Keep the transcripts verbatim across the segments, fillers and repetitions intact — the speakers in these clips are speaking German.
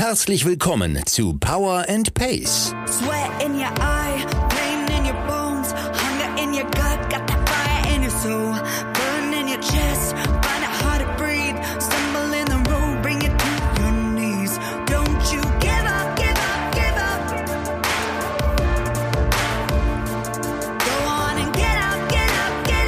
Herzlich willkommen zu Power and Pace. Sweat in your eye, pain in your bones, hunger in your gut, got that fire in your soul, burn in your chest, find it hard to breathe, stumble in the road, bring it to your knees. Don't you give up, give up, give up. Go on and get up, get up, get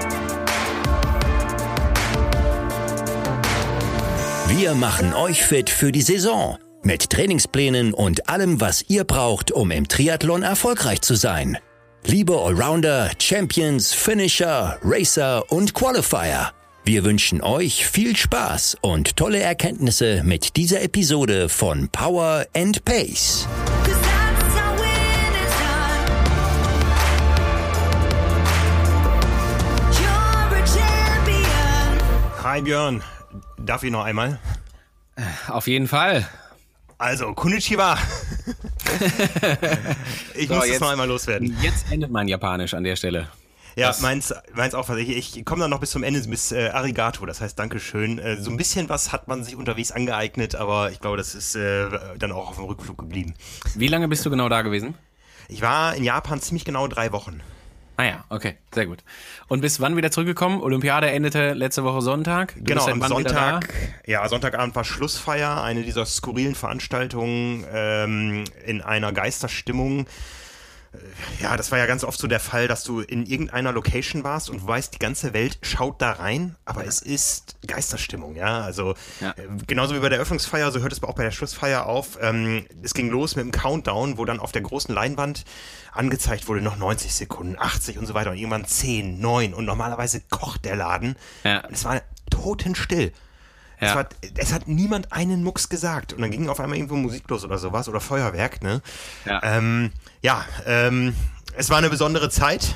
up. Wir machen euch fit für die Saison. Mit Trainingsplänen und allem, was ihr braucht, um im Triathlon erfolgreich zu sein. Liebe Allrounder, Champions, Finisher, Racer und Qualifier. Wir wünschen euch viel Spaß und tolle Erkenntnisse mit dieser Episode von Power and Pace. Hi Björn, darf ich noch einmal? Auf jeden Fall. Also, Konnichiwa. Ich So, muss jetzt, das noch einmal loswerden. Jetzt endet mein Japanisch an der Stelle. Ja, Das- meins, meins auch. Was ich ich komme dann noch bis zum Ende, bis äh, Arigato, das heißt Dankeschön. Äh, so ein bisschen was hat man sich unterwegs angeeignet, aber ich glaube, das ist äh, dann auch auf dem Rückflug geblieben. Wie lange bist du genau da gewesen? Ich war in Japan ziemlich genau drei Wochen. Ah ja, okay, sehr gut. Und bis wann wieder zurückgekommen? Olympiade endete letzte Woche Sonntag. Du Genau, bist seit am wann wieder Sonntag, da? ja, Sonntagabend war Schlussfeier, eine dieser skurrilen Veranstaltungen ähm, in einer Geisterstimmung. Äh, Ja, das war ja ganz oft so der Fall, dass du in irgendeiner Location warst und du weißt, die ganze Welt schaut da rein, aber es ist Geisterstimmung, ja, also Ja. äh, genauso wie bei der Eröffnungsfeier, so hört es auch bei der Schlussfeier auf. Ähm, es ging los mit dem Countdown, wo dann auf der großen Leinwand angezeigt wurde, noch neunzig Sekunden, achtzig und so weiter und irgendwann zehn, neun und normalerweise kocht der Laden. Ja. Und es war totenstill. Ja. Es, war, es hat niemand einen Mucks gesagt. Und dann ging auf einmal irgendwo Musik los oder sowas oder Feuerwerk, ne? Ja. Ähm, ja, ähm, es war eine besondere Zeit.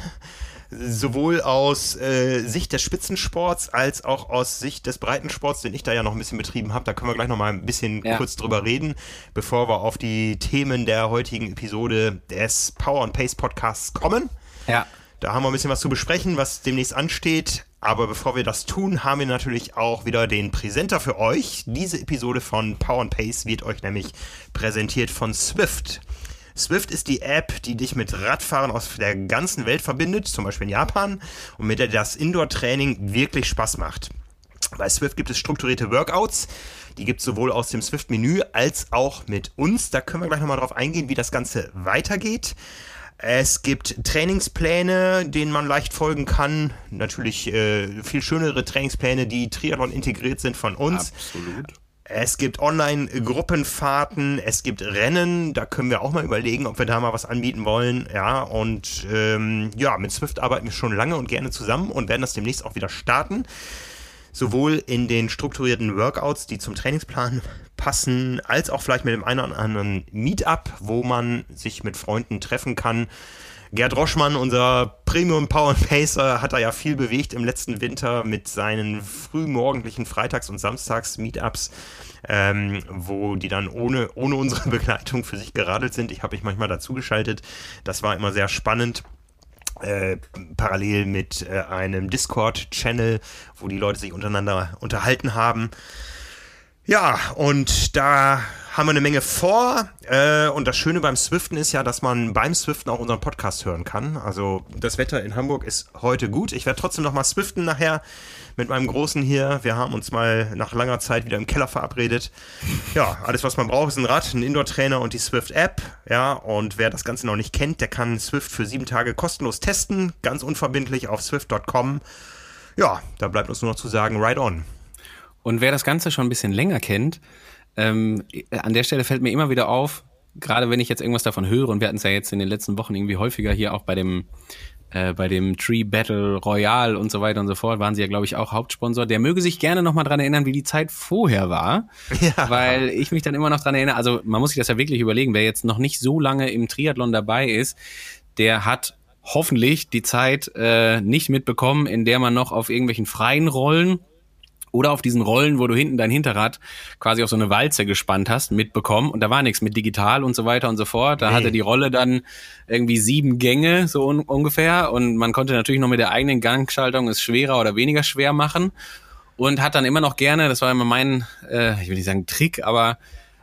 Sowohl aus äh, Sicht des Spitzensports als auch aus Sicht des Breitensports, den ich da ja noch ein bisschen betrieben habe. Da können wir gleich noch mal ein bisschen Ja. kurz drüber reden, bevor wir auf die Themen der heutigen Episode des Power and Pace Podcasts kommen. Ja. Da haben wir ein bisschen was zu besprechen, was demnächst ansteht. Aber bevor wir das tun, haben wir natürlich auch wieder den Präsenter für euch. Diese Episode von Power and Pace wird euch nämlich präsentiert von Zwift. Zwift ist die App, die dich mit Radfahren aus der ganzen Welt verbindet, zum Beispiel in Japan, und mit der das Indoor-Training wirklich Spaß macht. Bei Zwift gibt es strukturierte Workouts, die gibt es sowohl aus dem Zwift-Menü als auch mit uns. Da können wir gleich nochmal drauf eingehen, wie das Ganze weitergeht. Es gibt Trainingspläne, denen man leicht folgen kann. Natürlich äh, viel schönere Trainingspläne, die Triathlon integriert sind von uns. Absolut. Es gibt Online-Gruppenfahrten, es gibt Rennen, da können wir auch mal überlegen, ob wir da mal was anbieten wollen. Ja, und ähm, ja, mit Zwift arbeiten wir schon lange und gerne zusammen und werden das demnächst auch wieder starten. Sowohl in den strukturierten Workouts, die zum Trainingsplan passen, als auch vielleicht mit dem einen oder anderen Meetup, wo man sich mit Freunden treffen kann. Gerd Roschmann, unser Premium Power and Pacer, hat da ja viel bewegt im letzten Winter mit seinen frühmorgendlichen Freitags- und Samstags-Meetups, ähm, wo die dann ohne, ohne unsere Begleitung für sich geradelt sind. Ich habe mich manchmal dazugeschaltet. Das war immer sehr spannend. Äh, parallel mit äh, einem Discord-Channel, wo die Leute sich untereinander unterhalten haben. Ja, und da haben wir eine Menge vor. Äh, und das Schöne beim Zwiften ist ja, dass man beim Zwiften auch unseren Podcast hören kann. Also das Wetter in Hamburg ist heute gut. Ich werde trotzdem noch mal zwiften nachher mit meinem Großen hier. Wir haben uns mal nach langer Zeit wieder im Keller verabredet. Ja, alles, was man braucht, ist ein Rad, ein Indoor-Trainer und die Zwift-App. Ja, und wer das Ganze noch nicht kennt, der kann Zwift für sieben Tage kostenlos testen. Ganz unverbindlich auf zwift Punkt com. Ja, da bleibt uns nur noch zu sagen, ride on. Und wer das Ganze schon ein bisschen länger kennt, ähm, an der Stelle fällt mir immer wieder auf, gerade wenn ich jetzt irgendwas davon höre, und wir hatten es ja jetzt in den letzten Wochen irgendwie häufiger hier auch bei dem äh, bei dem Tree Battle Royale und so weiter und so fort, waren sie ja, glaube ich, auch Hauptsponsor. Der möge sich gerne nochmal dran erinnern, wie die Zeit vorher war, Ja. weil ich mich dann immer noch dran erinnere, also man muss sich das ja wirklich überlegen, wer jetzt noch nicht so lange im Triathlon dabei ist, der hat hoffentlich die Zeit äh, nicht mitbekommen, in der man noch auf irgendwelchen freien Rollen oder auf diesen Rollen, wo du hinten dein Hinterrad quasi auf so eine Walze gespannt hast, mitbekommen. Und da war nichts mit digital und so weiter und so fort. Da Nee. hatte die Rolle dann irgendwie sieben Gänge, so un- ungefähr. Und man konnte natürlich noch mit der eigenen Gangschaltung es schwerer oder weniger schwer machen. Und hat dann immer noch gerne, das war immer mein, äh, ich will nicht sagen Trick, aber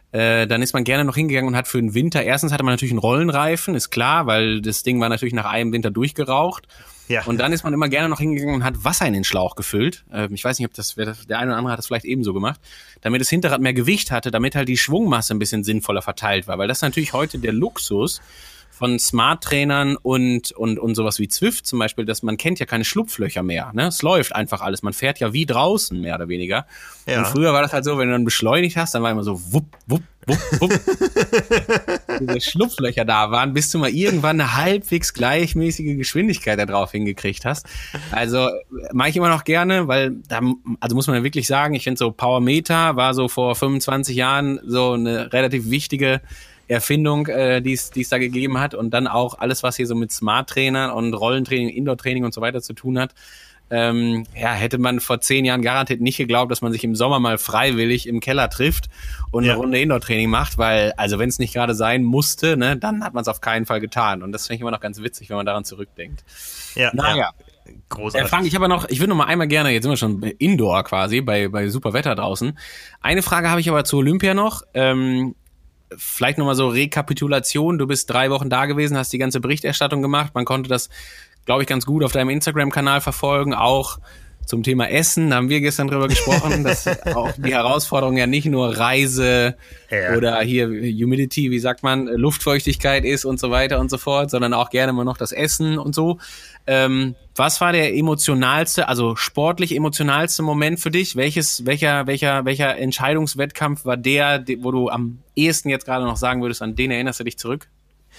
Äh, dann ist man gerne noch hingegangen und hat für den Winter, erstens hatte man natürlich einen Rollenreifen, ist klar, weil das Ding war natürlich nach einem Winter durchgeraucht. Ja. Und dann ist man immer gerne noch hingegangen und hat Wasser in den Schlauch gefüllt. Ähm, ich weiß nicht, ob das, der eine oder andere hat das vielleicht ebenso gemacht, damit das Hinterrad mehr Gewicht hatte, damit halt die Schwungmasse ein bisschen sinnvoller verteilt war. Weil das ist natürlich heute der Luxus von Smart-Trainern und, und, und sowas wie Zwift zum Beispiel, dass man kennt ja keine Schlupflöcher mehr. Ne? Es läuft einfach alles. Man fährt ja wie draußen, mehr oder weniger. Ja. Und früher war das halt so, wenn du dann beschleunigt hast, dann war immer so wupp, wupp, wupp, wupp. Diese Schlupflöcher da waren, bis du mal irgendwann eine halbwegs gleichmäßige Geschwindigkeit da drauf hingekriegt hast. Also mache ich immer noch gerne, weil da, also muss man ja wirklich sagen, ich finde so Powermeter war so vor fünfundzwanzig Jahren so eine relativ wichtige Erfindung, äh, die es da gegeben hat, und dann auch alles, was hier so mit Smart-Trainern und Rollentraining, Indoor-Training und so weiter zu tun hat. Ähm, ja, hätte man vor zehn Jahren garantiert nicht geglaubt, dass man sich im Sommer mal freiwillig im Keller trifft und ja. eine Runde Indoor-Training macht, weil, also wenn es nicht gerade sein musste, ne, dann hat man es auf keinen Fall getan. Und das finde ich immer noch ganz witzig, wenn man daran zurückdenkt. Ja, naja. ja. Großartig. Äh, Frank, ich habe noch, ich würde noch mal einmal gerne, jetzt sind wir schon Indoor quasi, bei, bei super Wetter draußen. Eine Frage habe ich aber zu Olympia noch. Ähm, Vielleicht nochmal so Rekapitulation. Du bist drei Wochen da gewesen, hast die ganze Berichterstattung gemacht. Man konnte das, glaube ich, ganz gut auf deinem Instagram-Kanal verfolgen. Auch zum Thema Essen, da haben wir gestern drüber gesprochen, dass auch die Herausforderung ja nicht nur Reise ja. oder hier Humidity, wie sagt man, Luftfeuchtigkeit ist und so weiter und so fort, sondern auch gerne mal noch das Essen und so. Ähm, was war der emotionalste, also sportlich emotionalste Moment für dich? Welches, welcher, welcher, welcher Entscheidungswettkampf war der, wo du am ehesten jetzt gerade noch sagen würdest, an den erinnerst du dich zurück?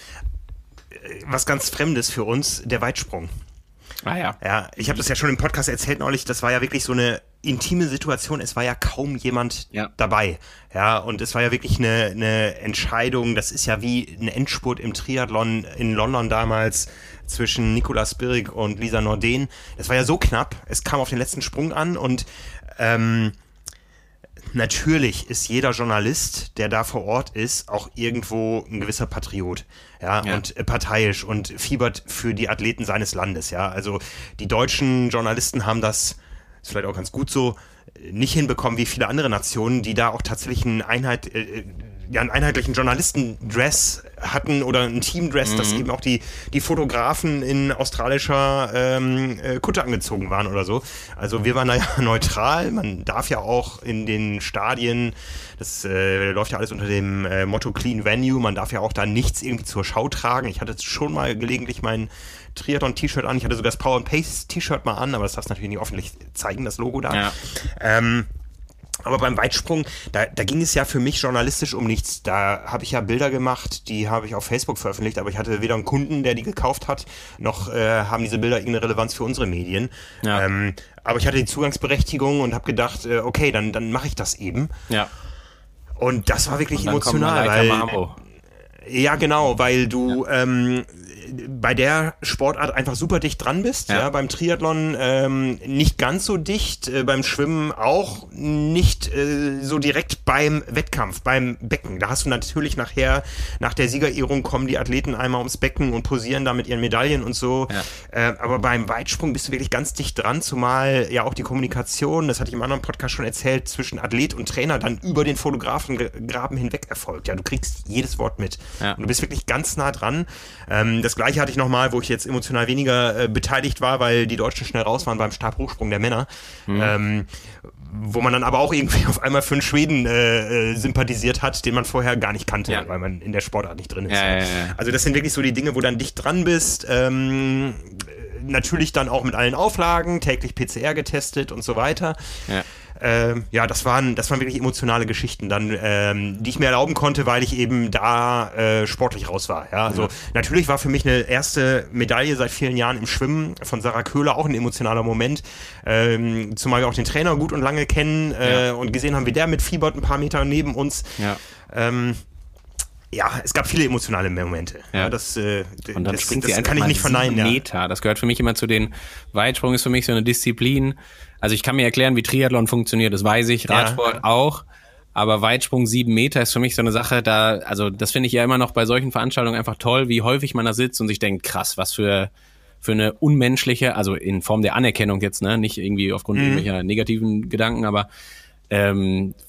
Was ganz Fremdes für uns, der Weitsprung. Ah ja. Ja, ich habe das ja schon im Podcast erzählt neulich, das war ja wirklich so eine intime Situation, es war ja kaum jemand ja. dabei. Ja, und es war ja wirklich eine, eine Entscheidung, das ist ja wie ein Endspurt im Triathlon in London damals zwischen Nicolas Spirig und Lisa Norden. Das war ja so knapp, es kam auf den letzten Sprung an und ähm, natürlich ist jeder Journalist, der da vor Ort ist, auch irgendwo ein gewisser Patriot, ja, ja. und äh, parteiisch und fiebert für die Athleten seines Landes, ja. Also die deutschen Journalisten haben das, ist vielleicht auch ganz gut so, nicht hinbekommen wie viele andere Nationen, die da auch tatsächlich eine Einheit, äh, ja, einen einheitlichen Journalistendress hatten oder ein Teamdress, mhm. dass eben auch die, die Fotografen in australischer ähm, äh, Kutte angezogen waren oder so. Also wir waren da ja neutral. Man darf ja auch in den Stadien, das äh, läuft ja alles unter dem äh, Motto Clean Venue, man darf ja auch da nichts irgendwie zur Schau tragen. Ich hatte schon mal gelegentlich mein Triathlon-T-Shirt an. Ich hatte sogar das Power and Pace T-Shirt mal an, aber das darf es natürlich nicht öffentlich zeigen, das Logo da. Ja. Ähm, Aber beim Weitsprung, da, da ging es ja für mich journalistisch um nichts. Da habe ich ja Bilder gemacht, die habe ich auf Facebook veröffentlicht, aber ich hatte weder einen Kunden, der die gekauft hat, noch äh, haben diese Bilder irgendeine Relevanz für unsere Medien. Ja. Ähm, aber ich hatte die Zugangsberechtigung und habe gedacht, äh, okay, dann, dann mache ich das eben. Ja. Und das war wirklich und dann emotional. kommt Weil, Marmo. ja, genau, weil du Ja. ähm, bei der Sportart einfach super dicht dran bist, ja, Ja. beim Triathlon ähm, nicht ganz so dicht, äh, beim Schwimmen auch nicht äh, so direkt beim Wettkampf, beim Becken. Da hast du natürlich nachher, nach der Siegerehrung kommen die Athleten einmal ums Becken und posieren da mit ihren Medaillen und so, Ja. äh, aber beim Weitsprung bist du wirklich ganz dicht dran, zumal ja auch die Kommunikation, das hatte ich im anderen Podcast schon erzählt, zwischen Athlet und Trainer dann über den Fotografengraben hinweg erfolgt. Ja, du kriegst jedes Wort mit. Ja. Und du bist wirklich ganz nah dran. Ähm, das Gleiche hatte ich nochmal, wo ich jetzt emotional weniger äh, beteiligt war, weil die Deutschen schnell raus waren beim Stabhochsprung der Männer. Mhm. Ähm, wo man dann aber auch irgendwie auf einmal für einen Schweden äh, äh, sympathisiert hat, den man vorher gar nicht kannte, Ja. weil man in der Sportart nicht drin ist. Ja, Ja. ja, ja. Also das sind wirklich so die Dinge, wo du dann dicht dran bist. Ähm, natürlich dann auch mit allen Auflagen, täglich P C R getestet und so weiter. Ja. Ähm, ja, das waren, das waren wirklich emotionale Geschichten dann, ähm, die ich mir erlauben konnte, weil ich eben da äh, sportlich raus war. Ja, also Ja. natürlich war für mich eine erste Medaille seit vielen Jahren im Schwimmen von Sarah Köhler auch ein emotionaler Moment, ähm, zumal wir auch den Trainer gut und lange kennen äh, Ja. und gesehen haben, wie der mitfiebert ein paar Meter neben uns. Ja. Ähm, ja, es gab viele emotionale Momente. Ja. Ja, das, äh, Und dann das, springt das sie einfach kann ich mal nicht verneinen. sieben Ja. Meter. Das gehört für mich immer zu den, Weitsprung ist für mich so eine Disziplin. Also ich kann mir erklären, wie Triathlon funktioniert, das weiß ich, Radsport Ja. auch. Aber Weitsprung sieben Meter ist für mich so eine Sache, da, also das finde ich ja immer noch bei solchen Veranstaltungen einfach toll, wie häufig man da sitzt und sich denkt, krass, was für, für eine unmenschliche, also in Form der Anerkennung jetzt, ne, nicht irgendwie aufgrund Mhm. irgendwelcher negativen Gedanken, aber ähm,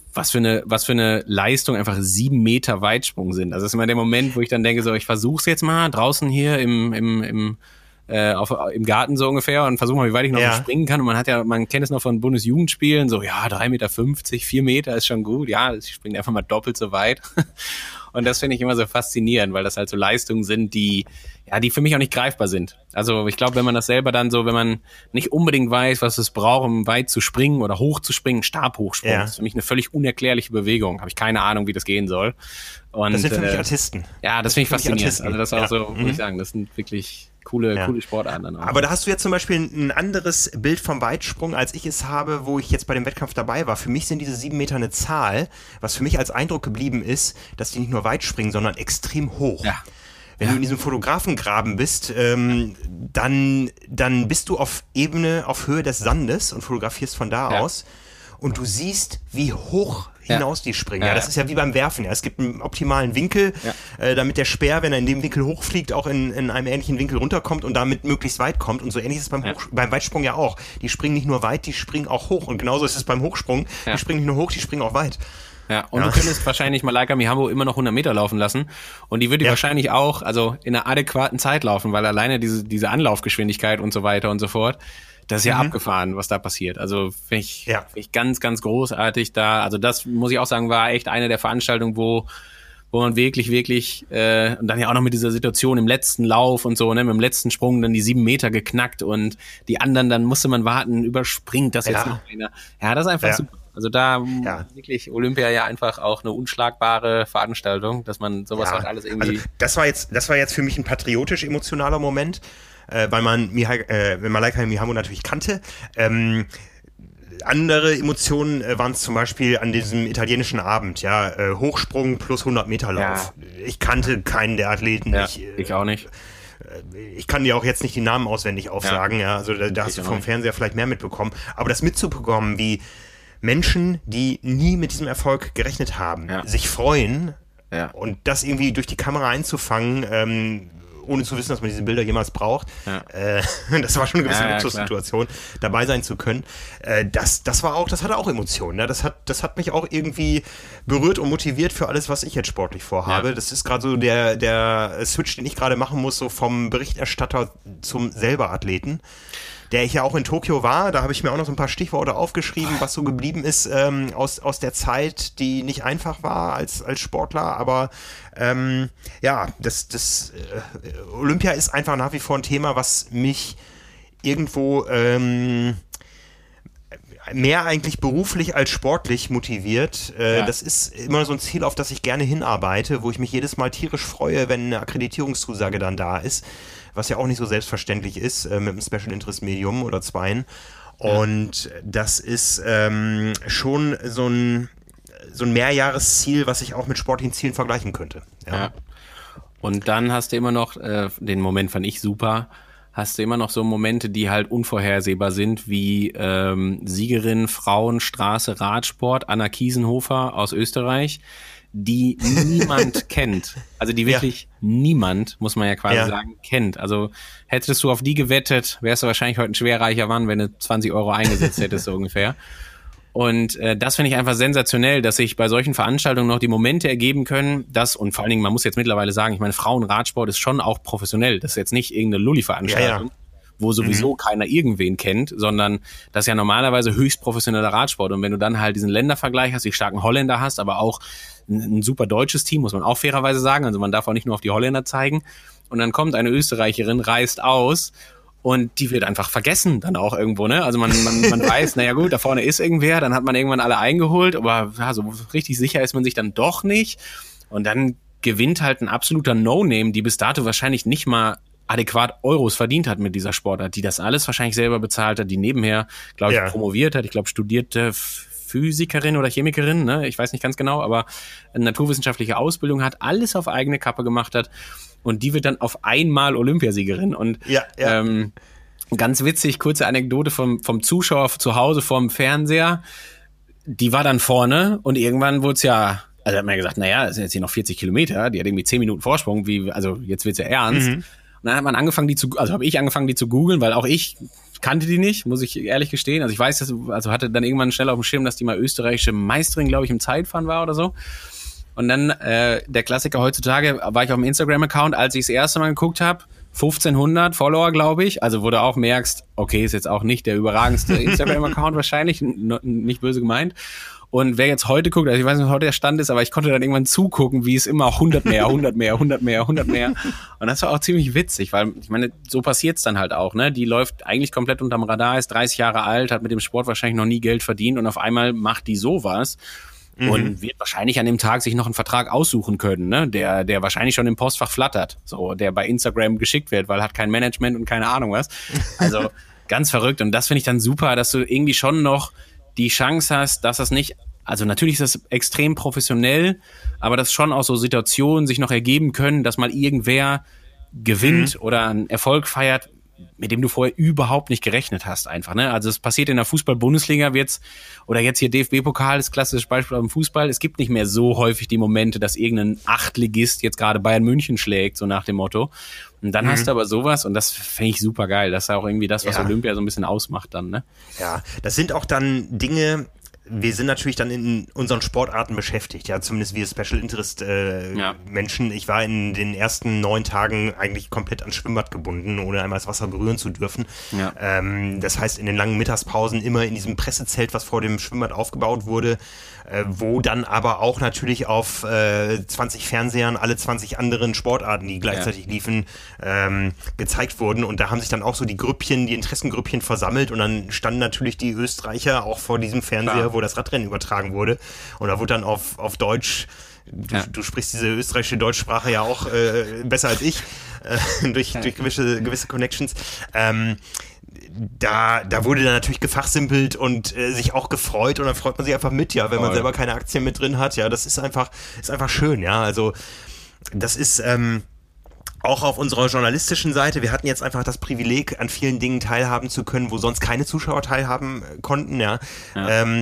was für eine, was für eine Leistung einfach sieben Meter Weitsprung sind. Also das ist immer der Moment, wo ich dann denke, so, ich versuch's jetzt mal draußen hier im, im, im, äh, auf, im Garten so ungefähr und versuche mal, wie weit ich noch Ja. springen kann. Und man hat ja, man kennt es noch von Bundesjugendspielen, so, ja, drei Meter fünfzig, vier Meter ist schon gut. Ja, ich springe einfach mal doppelt so weit. Und das finde ich immer so faszinierend, weil das halt so Leistungen sind, die, ja, die für mich auch nicht greifbar sind. Also ich glaube, wenn man das selber dann so, wenn man nicht unbedingt weiß, was es braucht, um weit zu springen oder hoch zu springen, Stabhochsprung, Ja. das ist für mich eine völlig unerklärliche Bewegung. Habe ich keine Ahnung, wie das gehen soll. Und, Das sind für mich äh, Artisten. ja, das finde ich Das sind für mich faszinierend. Artisten. Also das ist auch Ja. so, Mhm. muss ich sagen, das sind wirklich coole, Ja. coole Sportarten dann auch. Aber da hast du jetzt zum Beispiel ein anderes Bild vom Weitsprung, als ich es habe, wo ich jetzt bei dem Wettkampf dabei war. Für mich sind diese sieben Meter eine Zahl, was für mich als Eindruck geblieben ist, dass die nicht nur weit springen, sondern extrem hoch. Ja. Wenn Ja. du in diesem Fotografengraben bist, ähm, dann, dann bist du auf Ebene, auf Höhe des Sandes und fotografierst von da Ja. aus. Und du siehst, wie hoch hinaus die springen. Ja, Ja, das ja. ist ja wie beim Werfen. Ja. Es gibt einen optimalen Winkel, Ja. äh, damit der Speer, wenn er in dem Winkel hochfliegt, auch in, in einem ähnlichen Winkel runterkommt und damit möglichst weit kommt. Und so ähnlich ist es beim, Ja. Hoch, beim Weitsprung ja auch. Die springen nicht nur weit, die springen auch hoch. Und genauso ist es beim Hochsprung. Ja. Die springen nicht nur hoch, die springen auch weit. Ja, und Ja. du könntest wahrscheinlich Malaika Mihambo immer noch hundert Meter laufen lassen und die würde Ja. wahrscheinlich auch, also in einer adäquaten Zeit laufen, weil alleine diese diese Anlaufgeschwindigkeit und so weiter und so fort, das ist ja abgefahren, was da passiert. Also finde ich, Ja. find ich ganz, ganz großartig da. Also das muss ich auch sagen, war echt eine der Veranstaltungen, wo wo man wirklich, wirklich, äh, und dann ja auch noch mit dieser Situation im letzten Lauf und so, ne, mit dem letzten Sprung dann die sieben Meter geknackt und die anderen, dann musste man warten, überspringt das jetzt Ja. noch einer. Ja, das ist einfach Ja. super. Also da Ja. wirklich Olympia ja einfach auch eine unschlagbare Veranstaltung, dass man sowas halt alles irgendwie... Also das war jetzt, das war jetzt für mich ein patriotisch-emotionaler Moment, äh, weil man Mihai, äh, Malaika Mihambo natürlich kannte. Ähm, andere Emotionen äh, waren es zum Beispiel an diesem italienischen Abend, ja, äh, Hochsprung plus hundert Meter Lauf. Ich kannte keinen der Athleten. ja, ich, äh, ich auch nicht. ich kann dir auch jetzt nicht die Namen auswendig aufsagen, ja, also da, da hast Ich du auch vom nicht. Fernseher vielleicht mehr mitbekommen, aber das mitzubekommen, wie Menschen, die nie mit diesem Erfolg gerechnet haben, Ja. sich freuen Ja. und das irgendwie durch die Kamera einzufangen, ähm, ohne zu wissen, dass man diese Bilder jemals braucht, Ja. äh, das war schon eine gewisse Ja, ja, Luxussituation, dabei sein zu können. Äh, das, das war auch, das hatte auch Emotionen. Ne? Das hat, das hat mich auch irgendwie berührt und motiviert für alles, was ich jetzt sportlich vorhabe. Ja. Das ist gerade so der, der Switch, den ich gerade machen muss, so vom Berichterstatter zum selber Athleten. Der ich ja auch in Tokio war, da habe ich mir auch noch so ein paar Stichworte aufgeschrieben, was so geblieben ist ähm, aus, aus der Zeit, die nicht einfach war als, als Sportler, aber ähm, ja, das, das äh, Olympia ist einfach nach wie vor ein Thema, was mich irgendwo ähm, mehr eigentlich beruflich als sportlich motiviert. Äh, Ja. Das ist immer so ein Ziel, auf das ich gerne hinarbeite, wo ich mich jedes Mal tierisch freue, wenn eine Akkreditierungszusage dann da ist, was ja auch nicht so selbstverständlich ist, äh, mit einem Special Interest Medium oder zweien. Und das ist ähm, schon so ein, so ein Mehrjahresziel, was ich auch mit sportlichen Zielen vergleichen könnte. Ja. Ja. Und dann hast du immer noch, äh, den Moment fand ich super, hast du immer noch so Momente, die halt unvorhersehbar sind, wie ähm, Siegerin Frauen Straße Radsport Anna Kiesenhofer aus Österreich, die niemand kennt. Also die wirklich ja. niemand, muss man ja quasi ja. sagen, kennt. Also hättest du auf die gewettet, wärst du wahrscheinlich heute ein schwerreicher Mann, wenn du zwanzig Euro eingesetzt hättest, so ungefähr. Und äh, das finde ich einfach sensationell, dass sich bei solchen Veranstaltungen noch die Momente ergeben können, dass, und vor allen Dingen, man muss jetzt mittlerweile sagen, ich meine, Frauenradsport ist schon auch professionell. Das ist jetzt nicht irgendeine Lulli-Veranstaltung, ja, ja. wo sowieso mhm. keiner irgendwen kennt, sondern das ist ja normalerweise höchst professioneller Radsport. Und wenn du dann halt diesen Ländervergleich hast, die starken Holländer hast, aber auch ein, ein super deutsches Team, muss man auch fairerweise sagen. Also man darf auch nicht nur auf die Holländer zeigen. Und dann kommt eine Österreicherin, reist aus und die wird einfach vergessen dann auch irgendwo, ne? Also man, man, man weiß, naja gut, da vorne ist irgendwer, dann hat man irgendwann alle eingeholt, aber ja, so richtig sicher ist man sich dann doch nicht. Und dann gewinnt halt ein absoluter No-Name, die bis dato wahrscheinlich nicht mal adäquat Euros verdient hat mit dieser Sportart, die das alles wahrscheinlich selber bezahlt hat, die nebenher, glaube ich, ja. promoviert hat, ich glaube, studierte Physikerin oder Chemikerin, ne? Ich weiß nicht ganz genau, aber eine naturwissenschaftliche Ausbildung hat, alles auf eigene Kappe gemacht hat. Und die wird dann auf einmal Olympiasiegerin. Und ja, ja. Ähm, ganz witzig, kurze Anekdote vom, vom Zuschauer zu Hause vorm Fernseher. Die war dann vorne und irgendwann wurde es ja, also hat man ja gesagt, naja, es sind jetzt hier noch vierzig Kilometer, die hat irgendwie zehn Minuten Vorsprung, wie, also jetzt wird's ja ernst. Mhm. Und dann hat man angefangen, die zu, also habe ich angefangen, die zu googeln, weil auch ich kannte die nicht, muss ich ehrlich gestehen. Also ich weiß, dass, also hatte dann irgendwann schnell auf dem Schirm, dass die mal österreichische Meisterin, glaube ich, im Zeitfahren war oder so. Und dann äh, der Klassiker heutzutage, war ich auf dem Instagram-Account, als ich das erste Mal geguckt habe, fünfzehnhundert Follower, glaube ich. Also wo du auch merkst, okay, ist jetzt auch nicht der überragendste Instagram-Account wahrscheinlich, n- nicht böse gemeint. Und wer jetzt heute guckt, also ich weiß nicht, was heute der Stand ist, aber ich konnte dann irgendwann zugucken, wie es immer hundert mehr, hundert mehr, hundert mehr, hundert mehr. Und das war auch ziemlich witzig, weil ich meine, so passiert's dann halt auch, ne? Die läuft eigentlich komplett unterm Radar, ist dreißig Jahre alt, hat mit dem Sport wahrscheinlich noch nie Geld verdient und auf einmal macht die sowas. Mhm. Und wird wahrscheinlich an dem Tag sich noch einen Vertrag aussuchen können, ne? Der, der wahrscheinlich schon im Postfach flattert, so, der bei Instagram geschickt wird, weil hat kein Management und keine Ahnung was. Also ganz verrückt. Und das finde ich dann super, dass du irgendwie schon noch die Chance hast, dass das nicht, also natürlich ist das extrem professionell, aber dass schon auch so Situationen sich noch ergeben können, dass mal irgendwer gewinnt mhm. oder einen Erfolg feiert, mit dem du vorher überhaupt nicht gerechnet hast einfach, ne? Also es passiert in der Fußball-Bundesliga jetzt, oder jetzt hier D F B-Pokal, ist klassisches Beispiel am Fußball, es gibt nicht mehr so häufig die Momente, dass irgendein Achtligist jetzt gerade Bayern München schlägt, so nach dem Motto. Und dann mhm. hast du aber sowas und das finde ich super geil. Das ist auch irgendwie das, was ja. Olympia so ein bisschen ausmacht dann, ne? Ja, das sind auch dann Dinge, wir sind natürlich dann in unseren Sportarten beschäftigt, ja, zumindest wir Special Interest äh, ja. Menschen. Ich war in den ersten neun Tagen eigentlich komplett ans Schwimmbad gebunden, ohne einmal das Wasser berühren zu dürfen. Ja. Ähm, das heißt, in den langen Mittagspausen immer in diesem Pressezelt, was vor dem Schwimmbad aufgebaut wurde, äh, wo dann aber auch natürlich auf äh, zwanzig Fernsehern alle zwanzig anderen Sportarten, die gleichzeitig ja. liefen, ähm, gezeigt wurden. Und da haben sich dann auch so die Grüppchen, die Interessengrüppchen versammelt und dann standen natürlich die Österreicher auch vor diesem Fernseher, Klar. wo das Radrennen übertragen wurde. Und da wurde dann auf, auf Deutsch, du, ja. du sprichst diese österreichische Deutschsprache ja auch äh, besser als ich, äh, durch, ja. durch gewisse, gewisse Connections. Ähm, da, da wurde dann natürlich gefachsimpelt und äh, sich auch gefreut und dann freut man sich einfach mit, ja, wenn man oh, selber keine Aktien mit drin hat. Ja, das ist einfach, ist einfach schön, ja. Also das ist ähm, auch auf unserer journalistischen Seite, wir hatten jetzt einfach das Privileg, an vielen Dingen teilhaben zu können, wo sonst keine Zuschauer teilhaben konnten, ja. ja. Ähm,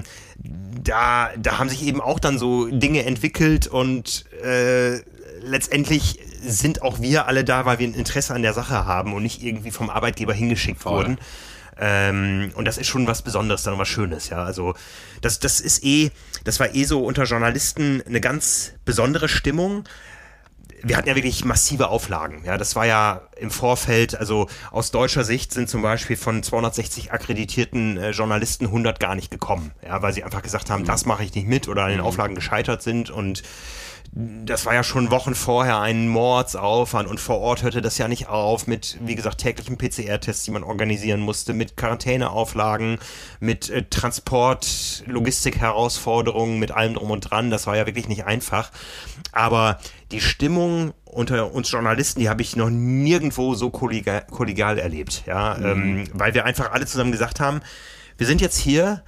da, da haben sich eben auch dann so Dinge entwickelt und äh, letztendlich sind auch wir alle da, weil wir ein Interesse an der Sache haben und nicht irgendwie vom Arbeitgeber hingeschickt Voll. wurden. Ähm, und das ist schon was Besonderes, dann was Schönes, ja. Also das, das ist eh, das war eh so unter Journalisten eine ganz besondere Stimmung. Wir hatten ja wirklich massive Auflagen, ja, das war ja im Vorfeld, also aus deutscher Sicht sind zum Beispiel von zweihundertsechzig akkreditierten äh, Journalisten hundert gar nicht gekommen, ja, weil sie einfach gesagt haben, mhm. das mache ich nicht mit oder an den Auflagen gescheitert sind und das war ja schon Wochen vorher ein Mordsaufwand und vor Ort hörte das ja nicht auf mit, wie gesagt, täglichen P C R-Tests, die man organisieren musste, mit Quarantäneauflagen, mit äh, Transport, Logistik-Herausforderungen, mit allem drum und dran. Das war ja wirklich nicht einfach. Aber die Stimmung unter uns Journalisten, die habe ich noch nirgendwo so kollegial, kollegial erlebt, ja, mhm. ähm, weil wir einfach alle zusammen gesagt haben, wir sind jetzt hier,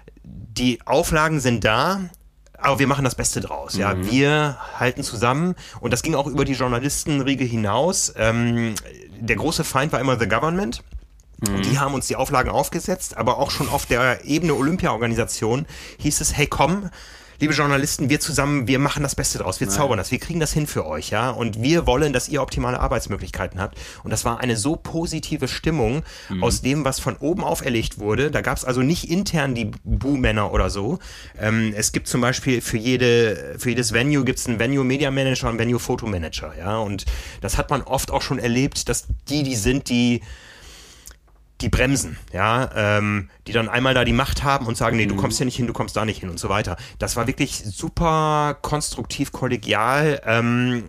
die Auflagen sind da, aber wir machen das Beste draus, ja. Mhm. Wir halten zusammen und das ging auch über die Journalistenriege hinaus. Ähm, der große Feind war immer the government. Mhm. Die haben uns die Auflagen aufgesetzt, aber auch schon auf der Ebene Olympia-Organisation hieß es, hey komm, liebe Journalisten, wir zusammen, wir machen das Beste draus, wir Nein. zaubern das, wir kriegen das hin für euch, ja, und wir wollen, dass ihr optimale Arbeitsmöglichkeiten habt. Und das war eine so positive Stimmung mhm. aus dem, was von oben auferlegt wurde. Da gab es also nicht intern die Buhmänner oder so. Ähm, es gibt zum Beispiel für jede, für jedes Venue gibt es einen Venue-Media-Manager und einen Venue-Foto-Manager, ja, und das hat man oft auch schon erlebt, dass die, die sind, die die bremsen, ja, ähm, die dann einmal da die Macht haben und sagen, nee, du kommst hier nicht hin, du kommst da nicht hin und so weiter. Das war wirklich super konstruktiv, kollegial, ähm,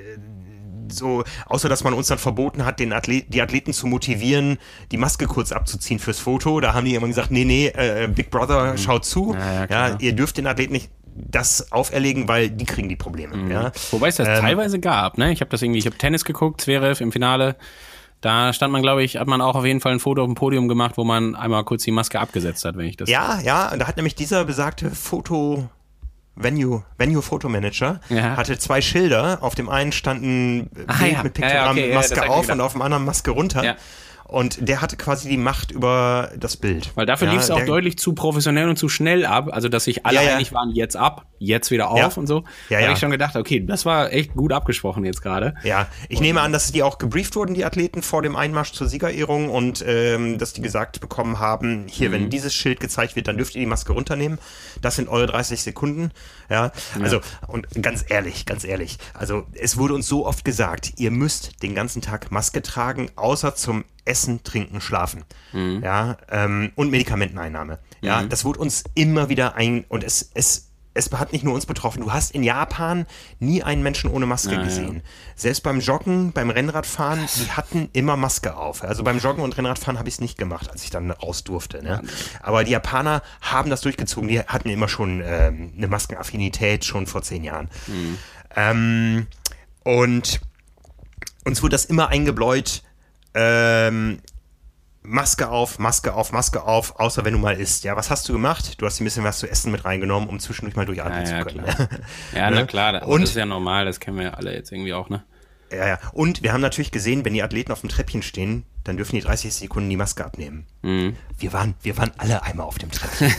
so, außer dass man uns dann verboten hat, den Athlet, die Athleten zu motivieren, die Maske kurz abzuziehen fürs Foto. Da haben die immer gesagt, nee, nee, äh, Big Brother, mhm. schaut zu, ja, ja, ja, ihr dürft den Athleten nicht das auferlegen, weil die kriegen die Probleme. Mhm. Ja. Wobei es das ähm, teilweise gab, ne? Ich habe das irgendwie, ich habe Tennis geguckt, Zverev im Finale. Da stand man, glaube ich, hat man auch auf jeden Fall ein Foto auf dem Podium gemacht, wo man einmal kurz die Maske abgesetzt hat, wenn ich das... Ja, ja, und da hat nämlich dieser besagte Foto... Venue, Venue-Fotomanager ja. hatte zwei Schilder. Auf dem einen standen ah, ja. mit Piktogramm ja, ja, okay, Maske ja, auf und auf dem anderen Maske runter. Ja. Und der hatte quasi die Macht über das Bild. Weil dafür ja, lief es auch der, deutlich zu professionell und zu schnell ab. Also, dass sich alle ja, ja. einig waren, jetzt ab, jetzt wieder auf ja. und so. Ja, da habe ja. ich schon gedacht, okay, das war echt gut abgesprochen jetzt gerade. Ja, ich und, nehme an, dass die auch gebrieft wurden, die Athleten, vor dem Einmarsch zur Siegerehrung und ähm, dass die gesagt bekommen haben, hier, mhm. wenn dieses Schild gezeigt wird, dann dürft ihr die Maske runternehmen. Das sind eure dreißig Sekunden. Ja, also, ja. und ganz ehrlich, ganz ehrlich, also es wurde uns so oft gesagt, ihr müsst den ganzen Tag Maske tragen, außer zum Essen, Trinken, Schlafen. Mhm. Ja, ähm, und Medikamenteneinnahme. Ja, mhm. das wurde uns immer wieder ein, und es, es, es hat nicht nur uns betroffen. Du hast in Japan nie einen Menschen ohne Maske ja, gesehen. Ja. Selbst beim Joggen, beim Rennradfahren, die hatten immer Maske auf. Also beim Joggen und Rennradfahren habe ich es nicht gemacht, als ich dann raus durfte. Ne? Aber die Japaner haben das durchgezogen. Die hatten immer schon ähm, eine Maskenaffinität, schon vor zehn Jahren. Mhm. Ähm, und uns wurde das immer eingebläut, ähm, Maske auf, Maske auf, Maske auf, außer wenn du mal isst. Ja, was hast du gemacht? Du hast ein bisschen was zu essen mit reingenommen, um zwischendurch mal durchatmen ja, ja, zu können. Klar. Ja, na klar, das und, ist ja normal, das kennen wir ja alle jetzt irgendwie auch, ne? Ja, ja. Und wir haben natürlich gesehen, wenn die Athleten auf dem Treppchen stehen, dann dürfen die dreißig Sekunden die Maske abnehmen. Mhm. Wir waren, wir waren alle einmal auf dem Treppchen.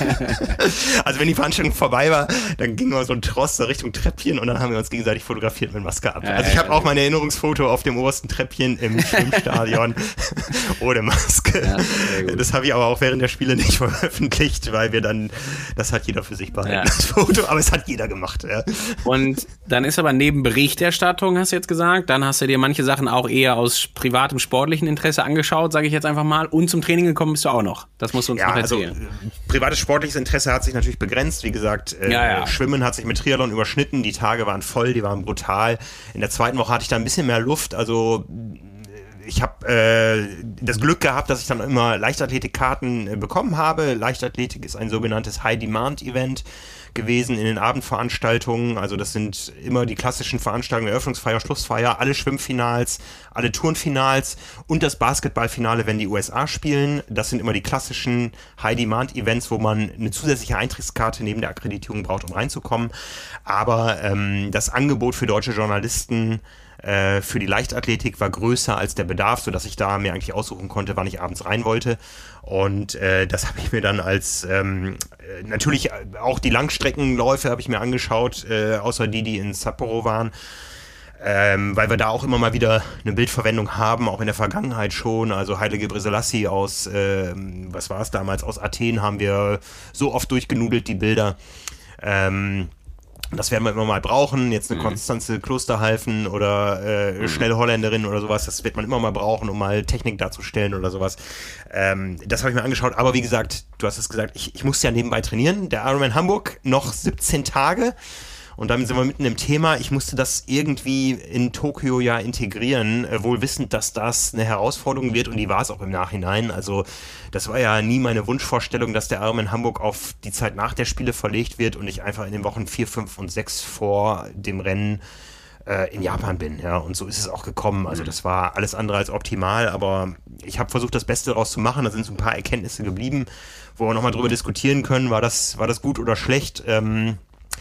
Also wenn die Veranstaltung vorbei war, dann ging wir so ein Tross so Richtung Treppchen und dann haben wir uns gegenseitig fotografiert mit Maske ab. Ja, also ich habe ja, auch mein Erinnerungsfoto auf dem obersten Treppchen im Schwimmstadion ohne Maske. Ja, das habe ich aber auch während der Spiele nicht veröffentlicht, weil wir dann, das hat jeder für sich behalten, ja. das Foto, aber es hat jeder gemacht. Ja. Und dann ist aber neben Berichterstattung, hast du jetzt gesagt, dann hast du dir manche Sachen auch eher aus privatem, sportlichen Interesse angeschaut, sage ich jetzt einfach mal, und zum Training gekommen bist du auch noch. Das musst du uns ja, noch erzählen. Also, privates sportliches Interesse hat sich natürlich begrenzt. Wie gesagt, äh, ja, ja. Schwimmen hat sich mit Triathlon überschnitten. Die Tage waren voll, die waren brutal. In der zweiten Woche hatte ich da ein bisschen mehr Luft. Also ich habe äh, das Glück gehabt, dass ich dann immer Leichtathletikkarten äh, bekommen habe. Leichtathletik ist ein sogenanntes High-Demand-Event gewesen in den Abendveranstaltungen. Also das sind immer die klassischen Veranstaltungen, Eröffnungsfeier, Schlussfeier, alle Schwimmfinals, alle Turnfinals und das Basketballfinale, wenn die U S A spielen. Das sind immer die klassischen High-Demand-Events, wo man eine zusätzliche Eintrittskarte neben der Akkreditierung braucht, um reinzukommen. Aber ähm, das Angebot für deutsche Journalisten für die Leichtathletik war größer als der Bedarf, sodass ich da mir eigentlich aussuchen konnte, wann ich abends rein wollte. Und äh, das habe ich mir dann als, ähm, natürlich auch die Langstreckenläufe habe ich mir angeschaut, äh, außer die, die in Sapporo waren. Ähm, weil wir da auch immer mal wieder eine Bildverwendung haben, auch in der Vergangenheit schon. Also Haile Gebrselassie aus, äh, was war es damals, aus Athen haben wir so oft durchgenudelt, die Bilder. Ähm, Das werden wir immer mal brauchen. Jetzt eine mhm. Konstanze Klosterhalfen oder äh, mhm. schnelle Holländerin oder sowas. Das wird man immer mal brauchen, um mal Technik darzustellen oder sowas. Ähm, das habe ich mir angeschaut. Aber wie gesagt, du hast es gesagt, ich, ich musste ja nebenbei trainieren. Der Ironman Hamburg noch siebzehn Tage. Und damit sind wir mitten im Thema. Ich musste das irgendwie in Tokio ja integrieren, äh, wohl wissend, dass das eine Herausforderung wird. Und die war es auch im Nachhinein. Also das war ja nie meine Wunschvorstellung, dass der Ironman Hamburg auf die Zeit nach der Spiele verlegt wird und ich einfach in den Wochen vier, fünf und sechs vor dem Rennen äh, in Japan bin. Ja, und so ist es auch gekommen. Also das war alles andere als optimal. Aber ich habe versucht, das Beste daraus zu machen. Da sind so ein paar Erkenntnisse geblieben, wo wir nochmal drüber diskutieren können. War das, war das gut oder schlecht? Ähm,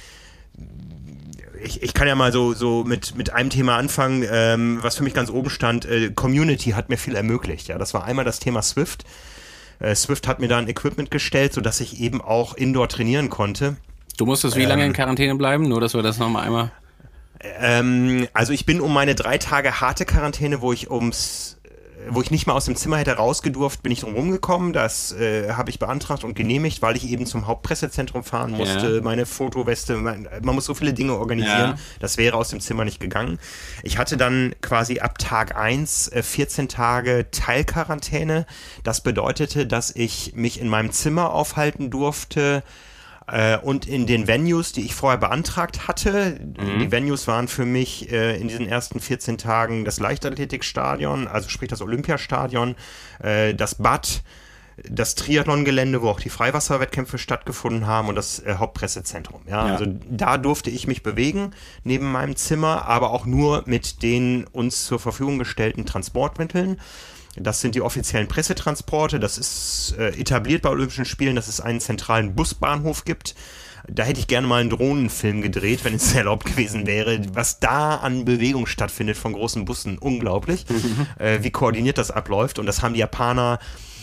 Ich, ich kann ja mal so, so mit, mit einem Thema anfangen, ähm, was für mich ganz oben stand. Äh, Community hat mir viel ermöglicht. Ja, das war einmal das Thema Swift. Äh, Swift hat mir da ein Equipment gestellt, sodass ich eben auch indoor trainieren konnte. Du musstest wie lange ähm, in Quarantäne bleiben? Nur, dass wir das nochmal einmal... Ähm, also ich bin um meine drei Tage harte Quarantäne, wo ich ums... wo ich nicht mal aus dem Zimmer hätte rausgedurft, bin ich drum rumgekommen. Das äh, habe ich beantragt und genehmigt, weil ich eben zum Hauptpressezentrum fahren musste. Ja. Meine Fotoweste, mein, man muss so viele Dinge organisieren. Ja. Das wäre aus dem Zimmer nicht gegangen. Ich hatte dann quasi ab Tag eins äh, vierzehn Tage Teilquarantäne. Das bedeutete, dass ich mich in meinem Zimmer aufhalten durfte, und in den Venues, die ich vorher beantragt hatte. Mhm. Die Venues waren für mich äh, in diesen ersten vierzehn Tagen das Leichtathletikstadion, also sprich das Olympiastadion, äh, das Bad, das Triathlon-Gelände, wo auch die Freiwasserwettkämpfe stattgefunden haben und das äh, Hauptpressezentrum. Ja? Ja. Also da durfte ich mich bewegen neben meinem Zimmer, aber auch nur mit den uns zur Verfügung gestellten Transportmitteln. Das sind die offiziellen Pressetransporte. Das ist äh, etabliert bei Olympischen Spielen, dass es einen zentralen Busbahnhof gibt Da hätte ich gerne mal einen Drohnenfilm gedreht, wenn es erlaubt gewesen wäre. Was da an Bewegung stattfindet von großen Bussen, unglaublich. Mhm. Äh, wie koordiniert das abläuft. Und das haben die Japaner,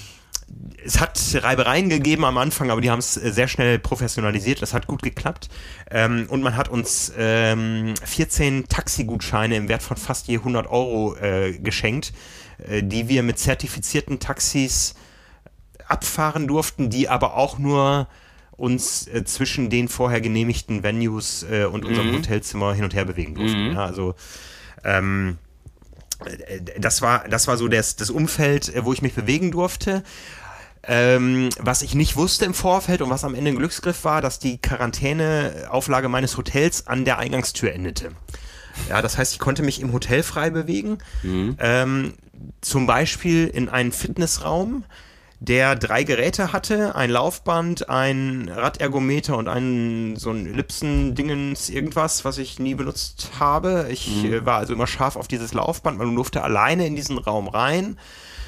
es hat Reibereien gegeben am Anfang, aber die haben es sehr schnell professionalisiert. Das hat gut geklappt. Ähm, und man hat uns ähm, vierzehn Taxigutscheine im Wert von fast je hundert Euro äh, geschenkt, äh, die wir mit zertifizierten Taxis abfahren durften, die aber auch nur uns äh, zwischen den vorher genehmigten Venues äh, und unserem mhm. Hotelzimmer hin und her bewegen durften. Mhm. Ja, also ähm, das war das war so das, das Umfeld, wo ich mich bewegen durfte. Ähm, was ich nicht wusste im Vorfeld und was am Ende ein Glücksgriff war, dass die Quarantäneauflage meines Hotels an der Eingangstür endete. Ja, das heißt, ich konnte mich im Hotel frei bewegen, mhm. ähm, zum Beispiel in einen Fitnessraum, der drei Geräte hatte, ein Laufband, ein Radergometer und ein so ein Ellipsen-Dingens irgendwas, was ich nie benutzt habe. Ich mhm. äh, war also immer scharf auf dieses Laufband. Man durfte alleine in diesen Raum rein,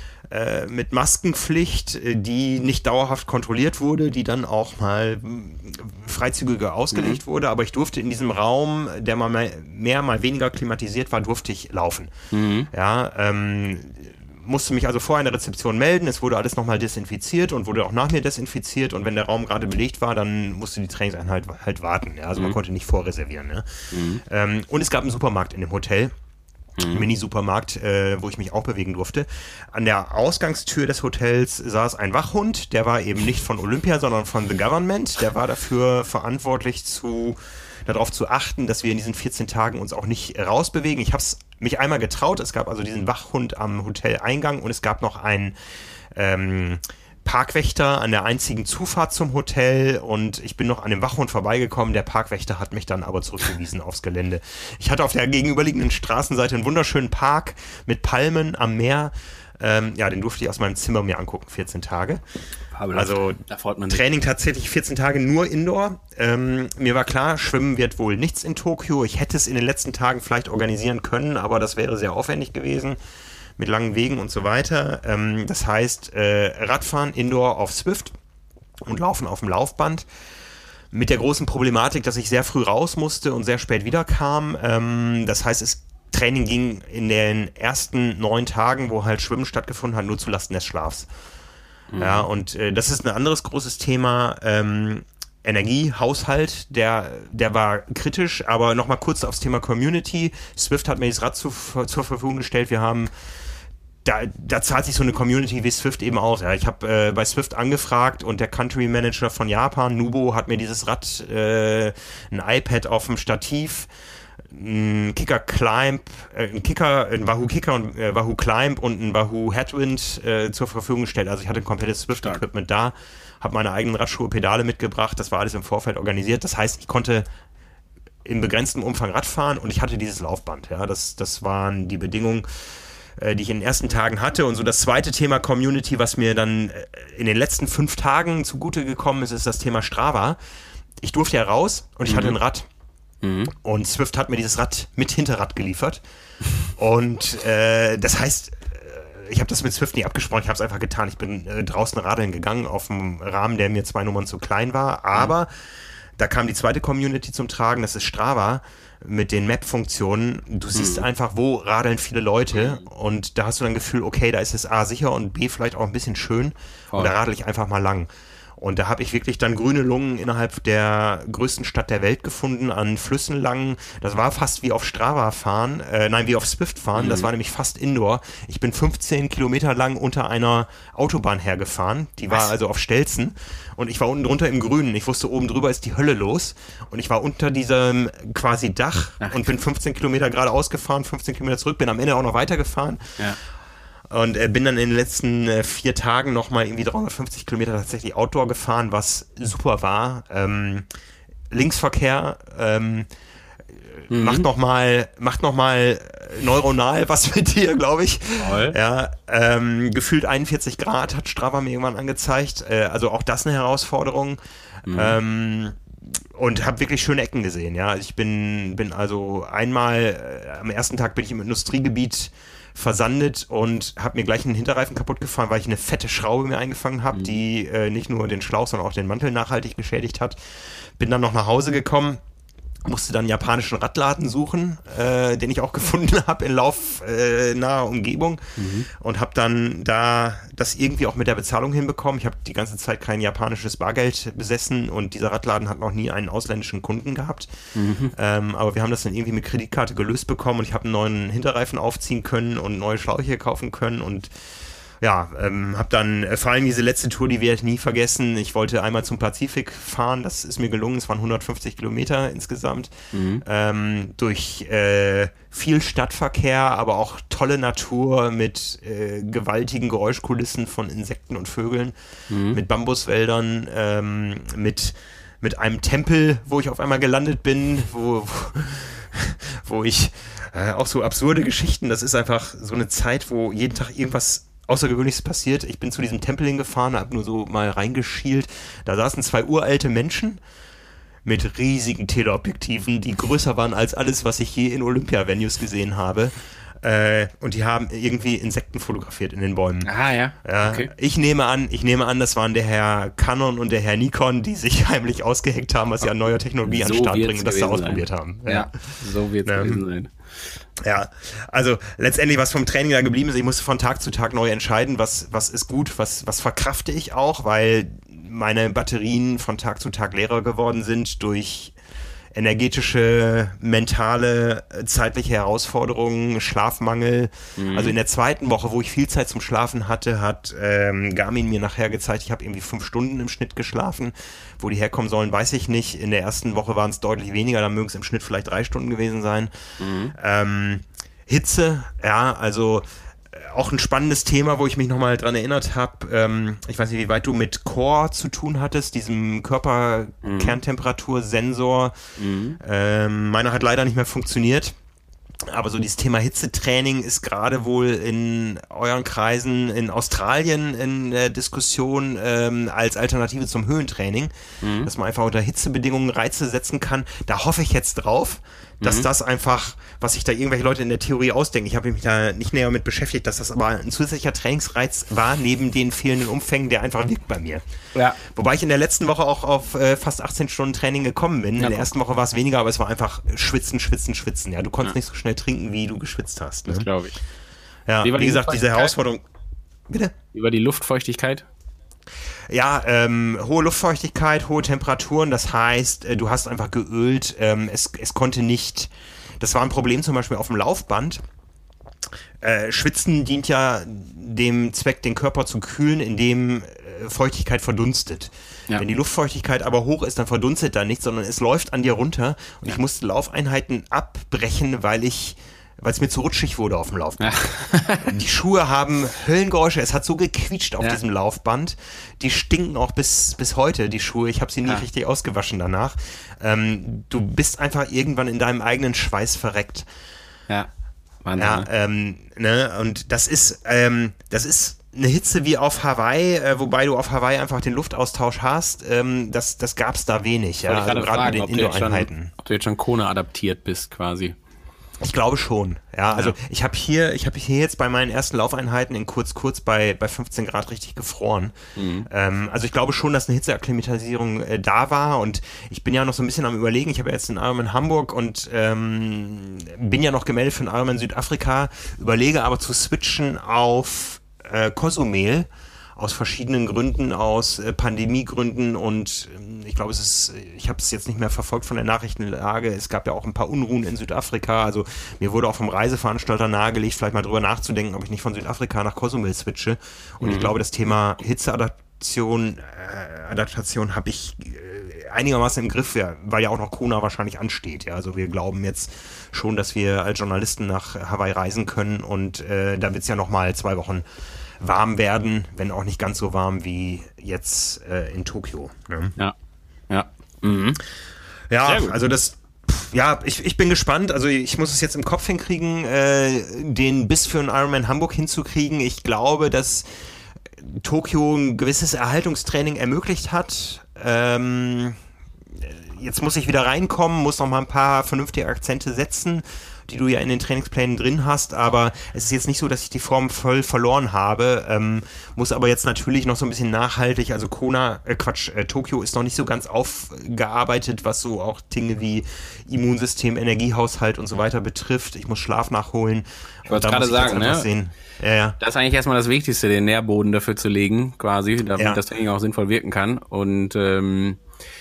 äh, mit Maskenpflicht, die nicht dauerhaft kontrolliert wurde, die dann auch mal freizügiger ausgelegt mhm. wurde. Aber ich durfte in diesem Raum, der mal mehr, mal weniger klimatisiert war, durfte ich laufen. Mhm. Ja, ähm, musste mich also vorher in der Rezeption melden, es wurde alles nochmal desinfiziert und wurde auch nach mir desinfiziert und wenn der Raum gerade belegt war, dann musste die Trainingseinheit halt warten, ja? Also mhm. man konnte nicht vorreservieren. Ja? Mhm. Ähm, und es gab einen Supermarkt in dem Hotel, mhm. einen Mini-Supermarkt, äh, wo ich mich auch bewegen durfte. An der Ausgangstür des Hotels saß ein Wachhund, der war eben nicht von Olympia, sondern von The Government, der war dafür verantwortlich zu darauf zu achten, dass wir in diesen vierzehn Tagen uns auch nicht rausbewegen. Ich habe es mich einmal getraut. Es gab also diesen Wachhund am Hoteleingang und es gab noch einen ähm, Parkwächter an der einzigen Zufahrt zum Hotel und ich bin noch an dem Wachhund vorbeigekommen. Der Parkwächter hat mich dann aber zurückgewiesen aufs Gelände. Ich hatte auf der gegenüberliegenden Straßenseite einen wunderschönen Park mit Palmen am Meer. Ähm, ja, den durfte ich aus meinem Zimmer mir angucken, vierzehn Tage. Also da freut man sich. Training tatsächlich vierzehn Tage nur Indoor. Ähm, mir war klar, Schwimmen wird wohl nichts in Tokio. Ich hätte es in den letzten Tagen vielleicht organisieren können, aber das wäre sehr aufwendig gewesen mit langen Wegen und so weiter. Ähm, das heißt, äh, Radfahren Indoor auf Zwift und Laufen auf dem Laufband. Mit der großen Problematik, dass ich sehr früh raus musste und sehr spät wiederkam. Ähm, das heißt, es Training ging in den ersten neun Tagen, wo halt Schwimmen stattgefunden hat, nur zu Lasten des Schlafs. Mhm. Ja, und äh, das ist ein anderes großes Thema. Ähm, Energiehaushalt, der, der war kritisch, aber nochmal kurz aufs Thema Community. Zwift hat mir das Rad zu, zur Verfügung gestellt. Wir haben, da, da zahlt sich so eine Community wie Zwift eben aus. Ja, ich habe äh, bei Zwift angefragt und der Country Manager von Japan, Nubo, hat mir dieses Rad, äh, ein iPad auf dem Stativ, ein Kicker Climb, äh, ein Kicker, ein Wahoo Kicker und äh, Wahoo Climb und ein Wahoo Headwind äh, zur Verfügung gestellt. Also ich hatte ein komplettes Swift-Equipment da, habe meine eigenen Radschuhe, Pedale mitgebracht. Das war alles im Vorfeld organisiert. Das heißt, ich konnte in begrenztem Umfang Rad fahren und ich hatte dieses Laufband. Ja, das, das waren die Bedingungen, äh, die ich in den ersten Tagen hatte. Und so das zweite Thema Community, was mir dann äh, in den letzten fünf Tagen zugute gekommen ist, ist das Thema Strava. Ich durfte ja raus und ich mhm. hatte ein Rad. Mhm. Und Zwift hat mir dieses Rad mit Hinterrad geliefert. Und äh, das heißt, ich habe das mit Zwift nicht abgesprochen, ich habe es einfach getan. Ich bin äh, draußen radeln gegangen auf einem Rahmen, der mir zwei Nummern zu klein war. Aber mhm. da kam die zweite Community zum Tragen, das ist Strava mit den Map-Funktionen. Du siehst mhm. einfach, wo radeln viele Leute. Und da hast du dann das Gefühl, okay, da ist es A sicher und B vielleicht auch ein bisschen schön. Voll. Und da radel ich einfach mal lang. Und da habe ich wirklich dann grüne Lungen innerhalb der größten Stadt der Welt gefunden, an Flüssen lang. Das war fast wie auf Strava fahren, äh, nein, wie auf Zwift fahren. Mhm. Das war nämlich fast Indoor. Ich bin fünfzehn Kilometer lang unter einer Autobahn hergefahren. Die Was? war also auf Stelzen. Und ich war unten drunter im Grünen. Ich wusste, oben drüber ist die Hölle los. Und ich war unter diesem quasi Dach Ach, und bin fünfzehn Kilometer geradeaus gefahren, fünfzehn Kilometer zurück, bin am Ende auch noch weitergefahren. Ja. Und äh, bin dann in den letzten äh, vier Tagen nochmal irgendwie dreihundertfünfzig Kilometer tatsächlich Outdoor gefahren, was super war. Ähm, Linksverkehr ähm, mhm. macht nochmal macht noch mal neuronal was mit dir, glaube ich. Toll. Ja, ähm, gefühlt einundvierzig Grad hat Strava mir irgendwann angezeigt. Äh, also auch das eine Herausforderung. Mhm. Ähm, und habe wirklich schöne Ecken gesehen. Ja, ich bin bin also einmal äh, am ersten Tag bin ich im Industriegebiet versandet und habe mir gleich einen Hinterreifen kaputt gefahren, weil ich eine fette Schraube mir eingefangen habe, mhm. die äh, nicht nur den Schlauch, sondern auch den Mantel nachhaltig geschädigt hat. bin dann noch nach Hause gekommen, musste dann einen japanischen Radladen suchen, äh, den ich auch gefunden habe in laufnaher äh, Umgebung mhm. und habe dann da das irgendwie auch mit der Bezahlung hinbekommen. Ich habe die ganze Zeit kein japanisches Bargeld besessen und dieser Radladen hat noch nie einen ausländischen Kunden gehabt. Mhm. Ähm, aber wir haben das dann irgendwie mit Kreditkarte gelöst bekommen und ich habe einen neuen Hinterreifen aufziehen können und neue Schläuche kaufen können und ja, ähm, hab dann äh, vor allem diese letzte Tour, die werde ich nie vergessen. Ich wollte einmal zum Pazifik fahren, das ist mir gelungen, es waren hundertfünfzig Kilometer insgesamt, mhm. ähm, durch äh, viel Stadtverkehr, aber auch tolle Natur mit äh, gewaltigen Geräuschkulissen von Insekten und Vögeln, mhm. mit Bambuswäldern, ähm, mit, mit einem Tempel, wo ich auf einmal gelandet bin, wo, wo, wo ich äh, auch so absurde Geschichten, das ist einfach so eine Zeit, wo jeden Tag irgendwas Außergewöhnliches passiert. Ich bin zu diesem Tempel hingefahren, habe nur so mal reingeschielt. Da saßen zwei uralte Menschen mit riesigen Teleobjektiven, die größer waren als alles, was ich je in Olympia-Venues gesehen habe. Äh, und die haben irgendwie Insekten fotografiert in den Bäumen. Ah, ja. ja okay. Ich nehme an, ich nehme an, das waren der Herr Canon und der Herr Nikon, die sich heimlich ausgeheckt haben, was sie an neuer Technologie so an den Start bringen und das da ausprobiert sein. haben. Ja, ja so wird es ähm, gewesen sein. Ja, also letztendlich, was vom Training da geblieben ist, ich musste von Tag zu Tag neu entscheiden, was, was ist gut, was, was verkrafte ich auch, weil meine Batterien von Tag zu Tag leerer geworden sind durch energetische, mentale, zeitliche Herausforderungen, Schlafmangel. Mhm. Also in der zweiten Woche, wo ich viel Zeit zum Schlafen hatte, hat ähm, Garmin mir nachher gezeigt, ich habe irgendwie fünf Stunden im Schnitt geschlafen. Wo die herkommen sollen, weiß ich nicht. In der ersten Woche waren es deutlich weniger, da mögen es im Schnitt vielleicht drei Stunden gewesen sein. Mhm. Ähm, Hitze, ja, also auch ein spannendes Thema, wo ich mich nochmal dran erinnert habe. Ähm, ich weiß nicht, wie weit du mit Core zu tun hattest, diesem Körperkerntemperatursensor. Mhm. Ähm, meiner hat leider nicht mehr funktioniert. Aber so dieses Thema Hitzetraining ist gerade wohl in euren Kreisen in Australien in der Diskussion ähm, als Alternative zum Höhentraining, mhm. dass man einfach unter Hitzebedingungen Reize setzen kann. Da hoffe ich jetzt drauf, dass mhm. das einfach, was sich da irgendwelche Leute in der Theorie ausdenken, ich habe mich da nicht näher mit beschäftigt, dass das aber ein zusätzlicher Trainingsreiz war, neben den fehlenden Umfängen, der einfach wirkt bei mir. Ja. Wobei ich in der letzten Woche auch auf äh, fast achtzehn Stunden Training gekommen bin. Ja, in der ersten Woche war es weniger, aber es war einfach schwitzen, schwitzen, schwitzen. Ja, du konntest ja. nicht so schnell trinken, wie du geschwitzt hast. Ne? Das glaube ich. Ja, wie, wie gesagt, diese Herausforderung. Bitte? Über die Luftfeuchtigkeit? Ja, ähm, hohe Luftfeuchtigkeit, hohe Temperaturen, das heißt, äh, du hast einfach geölt, ähm, es, es konnte nicht, das war ein Problem zum Beispiel auf dem Laufband. Äh, Schwitzen dient ja dem Zweck, den Körper zu kühlen, indem äh, Feuchtigkeit verdunstet. Ja. Wenn die Luftfeuchtigkeit aber hoch ist, dann verdunstet da nichts, sondern es läuft an dir runter und ja. ich musste Laufeinheiten abbrechen, weil ich weil es mir zu rutschig wurde auf dem Laufband. Ja. Die Schuhe haben Höllengeräusche, es hat so gequietscht auf ja. diesem Laufband. Die stinken auch bis, bis heute, die Schuhe. Ich habe sie nie ja. richtig ausgewaschen danach. Ähm, du bist einfach irgendwann in deinem eigenen Schweiß verreckt. Ja, Wahnsinn. Ja, ähm, ne? Und das ist, ähm, das ist eine Hitze wie auf Hawaii, äh, wobei du auf Hawaii einfach den Luftaustausch hast. Ähm, das das gab es da wenig. Ja? Also gerade mit den Indoor-Einheiten. Ob du jetzt schon Kona adaptiert bist quasi. Ich glaube schon, ja, also ja. ich habe hier, ich habe hier jetzt bei meinen ersten Laufeinheiten in kurz, kurz bei, bei fünfzehn Grad richtig gefroren. Mhm. Ähm, also ich glaube schon, dass eine Hitzeakklimatisierung äh, da war und ich bin ja noch so ein bisschen am Überlegen, ich habe jetzt einen Ironman Hamburg und ähm, bin ja noch gemeldet für einen Ironman Südafrika, überlege aber zu switchen auf äh, Cozumel. Aus verschiedenen Gründen, aus äh, Pandemiegründen und äh, ich glaube, es ist, ich habe es jetzt nicht mehr verfolgt von der Nachrichtenlage, es gab ja auch ein paar Unruhen in Südafrika, also mir wurde auch vom Reiseveranstalter nahegelegt, vielleicht mal drüber nachzudenken, ob ich nicht von Südafrika nach Cozumel switche und mhm. ich glaube, das Thema Hitzeadaptation äh, Adaptation habe ich äh, einigermaßen im Griff, ja, weil ja auch noch Kona wahrscheinlich ansteht, ja, also wir glauben jetzt schon, dass wir als Journalisten nach Hawaii reisen können und äh, da wird es ja nochmal zwei Wochen warm werden, wenn auch nicht ganz so warm wie jetzt äh, in Tokio. Ne? Ja, ja. Mhm. Ja, also das, ja, ich, ich bin gespannt. Also ich muss es jetzt im Kopf hinkriegen, äh, den bis für einen Ironman Hamburg hinzukriegen. Ich glaube, dass Tokio ein gewisses Erhaltungstraining ermöglicht hat. Ähm, jetzt muss ich wieder reinkommen, muss noch mal ein paar vernünftige Akzente setzen, die du ja in den Trainingsplänen drin hast, aber es ist jetzt nicht so, dass ich die Form voll verloren habe, ähm, muss aber jetzt natürlich noch so ein bisschen nachhaltig, also Kona, äh Quatsch, äh, Tokio ist noch nicht so ganz aufgearbeitet, was so auch Dinge wie Immunsystem, Energiehaushalt und so weiter betrifft. Ich muss Schlaf nachholen. Ich wollte gerade sagen, ne? Sehen. Ja, ja. Das ist eigentlich erstmal das Wichtigste, den Nährboden dafür zu legen, quasi, damit Ja. das Training auch sinnvoll wirken kann. Und ähm,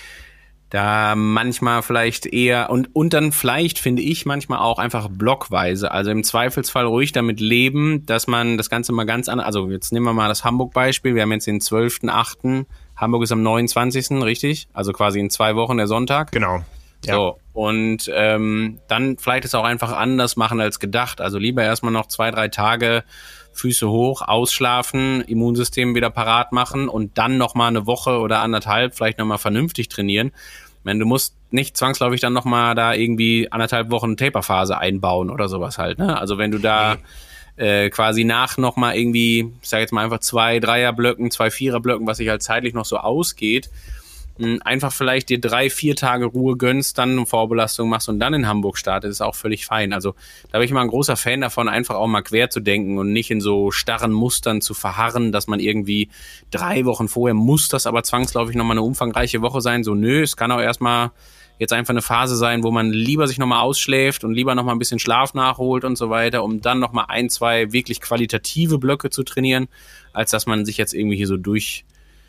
da manchmal vielleicht eher und und dann vielleicht finde ich manchmal auch einfach blockweise, also im Zweifelsfall ruhig damit leben, dass man das Ganze mal ganz anders, also jetzt nehmen wir mal das Hamburg-Beispiel, wir haben jetzt den zwölften achten Hamburg ist am neunundzwanzigsten richtig? Also quasi in zwei Wochen der Sonntag. Genau. Ja. So, und ähm, dann vielleicht es auch einfach anders machen als gedacht, also lieber erstmal noch zwei, drei Tage Füße hoch, ausschlafen, Immunsystem wieder parat machen und dann nochmal eine Woche oder anderthalb vielleicht nochmal vernünftig trainieren. Ich meine, du musst nicht zwangsläufig dann nochmal da irgendwie anderthalb Wochen Taperphase einbauen oder sowas halt, ne? Also wenn du da äh, quasi nach nochmal irgendwie, ich sag jetzt mal einfach zwei Dreierblöcken, zwei Viererblöcken, was sich halt zeitlich noch so ausgeht, einfach vielleicht dir drei, vier Tage Ruhe gönnst, dann eine Vorbelastung machst und dann in Hamburg startest, ist auch völlig fein. Also da bin ich immer ein großer Fan davon, einfach auch mal quer zu denken und nicht in so starren Mustern zu verharren, dass man irgendwie drei Wochen vorher muss das aber zwangsläufig nochmal eine umfangreiche Woche sein. So, nö, es kann auch erstmal jetzt einfach eine Phase sein, wo man lieber sich nochmal ausschläft und lieber nochmal ein bisschen Schlaf nachholt und so weiter, um dann nochmal ein, zwei wirklich qualitative Blöcke zu trainieren, als dass man sich jetzt irgendwie hier so durch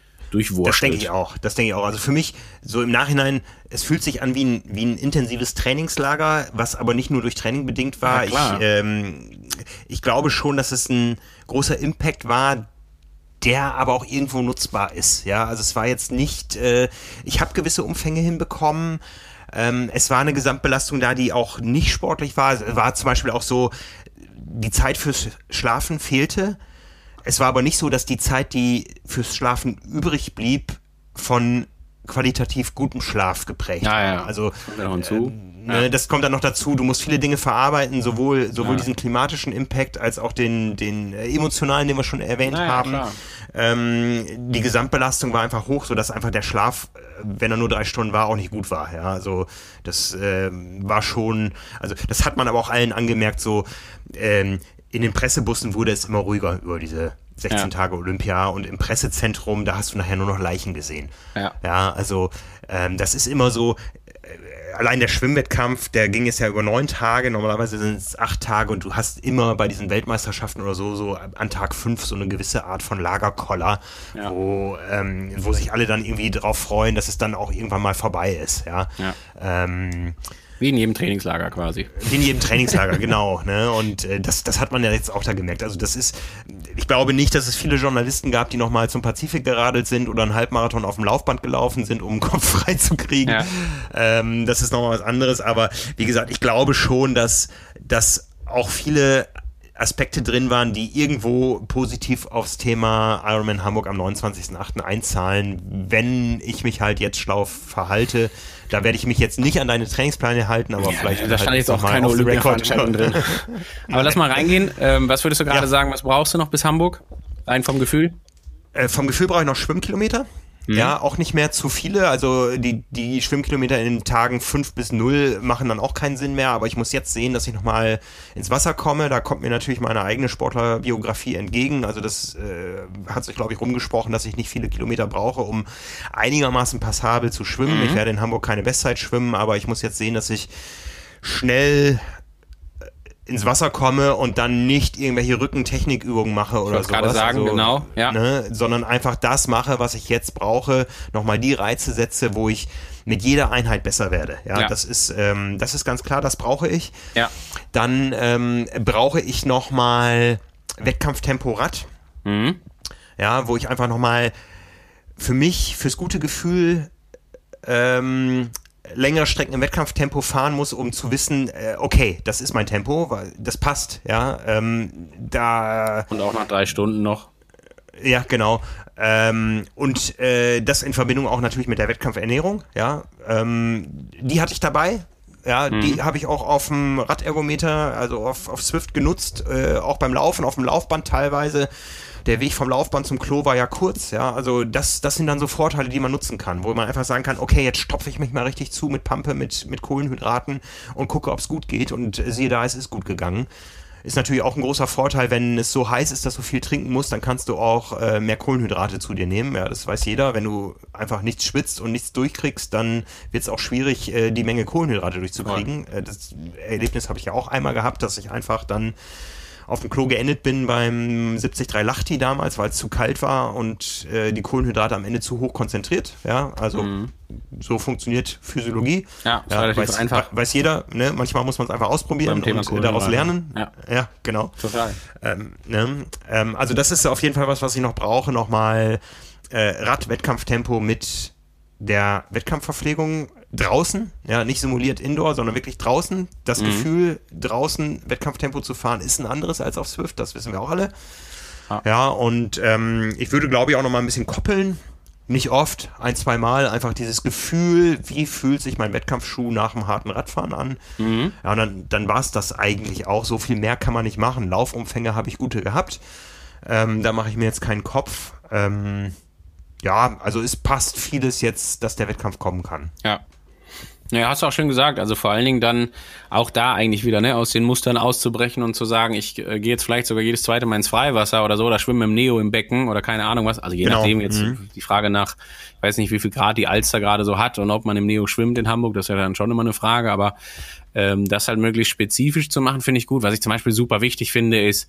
Das denke ich auch, das denke ich auch. Also für mich, so im Nachhinein, es fühlt sich an wie ein, wie ein intensives Trainingslager, was aber nicht nur durch Training bedingt war. Ja, ich, ähm, ich glaube schon, dass es ein großer Impact war, der aber auch irgendwo nutzbar ist. Ja, also es war jetzt nicht, äh, ich habe gewisse Umfänge hinbekommen. Ähm, es war eine Gesamtbelastung da, die auch nicht sportlich war. Es war zum Beispiel auch so, die Zeit fürs Schlafen fehlte. Es war aber nicht so, dass die Zeit, die fürs Schlafen übrig blieb, von qualitativ gutem Schlaf geprägt ja, war. ja. Also kommt ja noch hinzu. äh, ne, Ja. das kommt dann noch dazu. Du musst viele Dinge verarbeiten, sowohl sowohl Ja. diesen klimatischen Impact als auch den den äh, emotionalen, den wir schon erwähnt Na ja, haben. klar. Ähm, die Gesamtbelastung war einfach hoch, so dass einfach der Schlaf, äh, wenn er nur drei Stunden war, auch nicht gut war. Ja, also das ähm, war schon, also das hat man aber auch allen angemerkt. So ähm, in den Pressebussen wurde es immer ruhiger über diese sechzehn Ja. Tage Olympia und im Pressezentrum, da hast du nachher nur noch Leichen gesehen. Ja. Ja, also ähm, das ist immer so, äh, allein der Schwimmwettkampf, der ging jetzt ja über neun Tage, normalerweise sind es acht Tage und du hast immer bei diesen Weltmeisterschaften oder so, so an Tag fünf so eine gewisse Art von Lagerkoller, Ja. wo, ähm, wo sich alle dann irgendwie drauf freuen, dass es dann auch irgendwann mal vorbei ist. Ja. Ja. Ähm, Wie in jedem Trainingslager quasi. Wie in jedem Trainingslager, genau. Ne? Und äh, das, das hat man ja jetzt auch da gemerkt. Also das ist, ich glaube nicht, dass es viele Journalisten gab, die nochmal zum Pazifik geradelt sind oder einen Halbmarathon auf dem Laufband gelaufen sind, um den Kopf frei zu kriegen. Ja. Ähm, das ist nochmal was anderes. Aber wie gesagt, ich glaube schon, dass, dass auch viele Aspekte drin waren, die irgendwo positiv aufs Thema Ironman Hamburg am neunundzwanzigsten achten einzahlen, wenn ich mich halt jetzt schlau verhalte. Da werde ich mich jetzt nicht an deine Trainingspläne halten, aber Ja, vielleicht... da stand halt jetzt auch noch mal keine off the Olympia-Veranstaltung drin. record. Aber lass mal reingehen. Ähm, was würdest du gerade Ja. sagen, was brauchst du noch bis Hamburg? Rein vom Gefühl? Äh, vom Gefühl brauche ich noch Schwimmkilometer. Mhm. Ja, auch nicht mehr zu viele. Also die, die Schwimmkilometer in den Tagen fünf bis null machen dann auch keinen Sinn mehr. Aber ich muss jetzt sehen, dass ich nochmal ins Wasser komme. Da kommt mir natürlich meine eigene Sportlerbiografie entgegen. Also das äh, hat sich, glaube ich, rumgesprochen, dass ich nicht viele Kilometer brauche, um einigermaßen passabel zu schwimmen. Mhm. Ich werde in Hamburg keine Bestzeit schwimmen, aber ich muss jetzt sehen, dass ich schnell ins Wasser komme und dann nicht irgendwelche Rückentechnikübungen mache oder wollte sowas. gerade sagen, genau, ja. Ne, sondern einfach das mache, was ich jetzt brauche, nochmal die Reize setze, wo ich mit jeder Einheit besser werde. Ja, Ja. das ist, ähm, das ist ganz klar, das brauche ich. Ja. Dann ähm, brauche ich nochmal Wettkampftempo Rad. Mhm. Ja, wo ich einfach nochmal für mich, fürs gute Gefühl, ähm, längere Strecken im Wettkampftempo fahren muss, um zu wissen, äh, okay, das ist mein Tempo, weil das passt, ja, ähm, da, Und auch nach drei Stunden noch. ja, genau, ähm, und äh, das in Verbindung auch natürlich mit der Wettkampfernährung, ja, ähm, die hatte ich dabei, Ja, Mhm. die habe ich auch auf dem Radergometer, also auf, auf Zwift genutzt, äh, auch beim Laufen, auf dem Laufband teilweise. Der Weg vom Laufband zum Klo war ja kurz, ja, also das, das sind dann so Vorteile, die man nutzen kann, wo man einfach sagen kann, okay, jetzt stopfe ich mich mal richtig zu mit Pampe, mit, mit Kohlenhydraten und gucke, ob es gut geht und äh, siehe da, es ist gut gegangen. Ist natürlich auch ein großer Vorteil, wenn es so heiß ist, dass du viel trinken musst, dann kannst du auch äh, mehr Kohlenhydrate zu dir nehmen. Ja, das weiß jeder. Wenn du einfach nichts schwitzt und nichts durchkriegst, dann wird es auch schwierig, äh, die Menge Kohlenhydrate durchzukriegen. Äh, das Erlebnis habe ich ja auch einmal gehabt, dass ich einfach dann auf dem Klo geendet bin beim siebzig drei Lachti damals, weil es zu kalt war und äh, die Kohlenhydrate am Ende zu hoch konzentriert. Ja, also mhm. so funktioniert Physiologie. Ja, das ja, war relativ weiß, einfach. Weiß jeder, ne? Manchmal muss man es einfach ausprobieren und daraus lernen. Ja, ja genau. Total. Ähm, ne? ähm, also das ist auf jeden Fall was, was ich noch brauche, nochmal äh, Rad-Wettkampftempo mit der Wettkampfverpflegung draußen, ja, nicht simuliert Indoor, sondern wirklich draußen. Das mhm. Gefühl, draußen Wettkampftempo zu fahren, ist ein anderes als auf Zwift, das wissen wir auch alle. Ah. Ja, und ähm, ich würde, glaube ich, auch noch mal ein bisschen koppeln. Nicht oft, ein, zwei Mal, einfach dieses Gefühl, wie fühlt sich mein Wettkampfschuh nach dem harten Radfahren an. Mhm. Ja, und dann, dann war es das eigentlich auch. So viel mehr kann man nicht machen. Laufumfänge habe ich gute gehabt. Ähm, da mache ich mir jetzt keinen Kopf. Ähm, ja, also es passt vieles jetzt, dass der Wettkampf kommen kann. Ja. Ja, hast du auch schön gesagt. Also vor allen Dingen dann auch da eigentlich wieder, ne, aus den Mustern auszubrechen und zu sagen, ich äh, gehe jetzt vielleicht sogar jedes zweite Mal ins Freiwasser oder so oder schwimme im Neo im Becken oder keine Ahnung was. Also je genau. nachdem jetzt mhm. die Frage nach, ich weiß nicht, wie viel Grad die Alster gerade so hat und ob man im Neo schwimmt in Hamburg, das ist ja dann schon immer eine Frage, aber ähm, das halt möglichst spezifisch zu machen, finde ich gut. Was ich zum Beispiel super wichtig finde, ist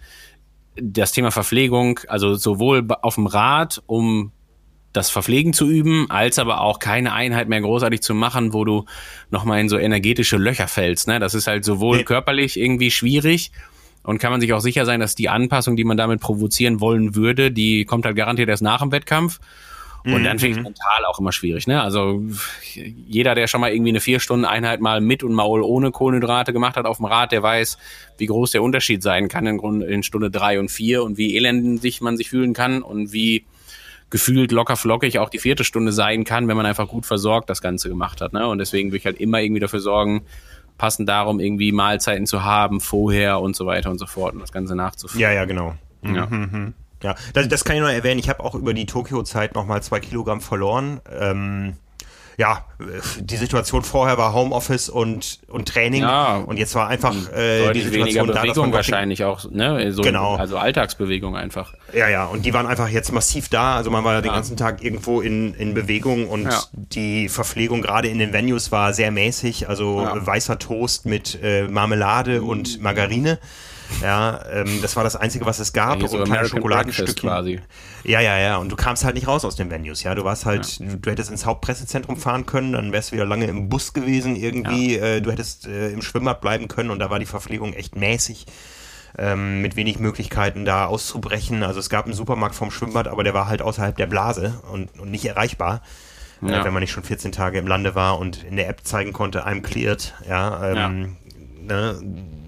das Thema Verpflegung, also sowohl auf dem Rad, um das Verpflegen zu üben, als aber auch keine Einheit mehr großartig zu machen, wo du nochmal in so energetische Löcher fällst. Ne? Das ist halt sowohl nee. körperlich irgendwie schwierig und kann man sich auch sicher sein, dass die Anpassung, die man damit provozieren wollen würde, die kommt halt garantiert erst nach dem Wettkampf. Und mhm. dann finde ich mental auch immer schwierig. Ne? Also jeder, der schon mal irgendwie eine vier-Stunden-Einheit mal mit und mal ohne Kohlenhydrate gemacht hat auf dem Rad, der weiß, wie groß der Unterschied sein kann in, Grund, in Stunde drei und vier und wie elendig man sich fühlen kann und wie gefühlt locker flockig auch die vierte Stunde sein kann, wenn man einfach gut versorgt das Ganze gemacht hat. Ne? Und deswegen will ich halt immer irgendwie dafür sorgen, passend darum irgendwie Mahlzeiten zu haben, vorher und so weiter und so fort und das Ganze nachzuführen. Ja, ja, genau. Ja. Mhm. Ja, das, das kann ich noch erwähnen. Ich habe auch über die Tokio-Zeit nochmal zwei Kilogramm verloren. Ähm, ja, die Situation vorher war Homeoffice und, und Training ja, und jetzt war einfach äh, die Situation weniger da, Bewegung dass man wahrscheinlich auch, ne? So, genau. Also Alltagsbewegung einfach. Ja, ja, und die waren einfach jetzt massiv da, also man war ja. den ganzen Tag irgendwo in, in Bewegung und ja. die Verpflegung gerade in den Venues war sehr mäßig, also ja. weißer Toast mit äh, Marmelade mhm. und Margarine. Ja, ähm, das war das Einzige, was es gab. Ja, so und kleine Schokoladenstückchen. Quasi. Ja, ja, ja. Und du kamst halt nicht raus aus den Venues. Ja, du warst halt, ja. du, du hättest ins Hauptpressezentrum fahren können, dann wärst du wieder lange im Bus gewesen irgendwie. Ja. Äh, du hättest äh, im Schwimmbad bleiben können und da war die Verpflegung echt mäßig. Ähm, mit wenig Möglichkeiten da auszubrechen. Also es gab einen Supermarkt vom Schwimmbad, aber der war halt außerhalb der Blase und, und nicht erreichbar. Ja. Äh, wenn man nicht schon vierzehn Tage im Lande war und in der App zeigen konnte, I'm cleared. Ja, ähm, ja. Ne,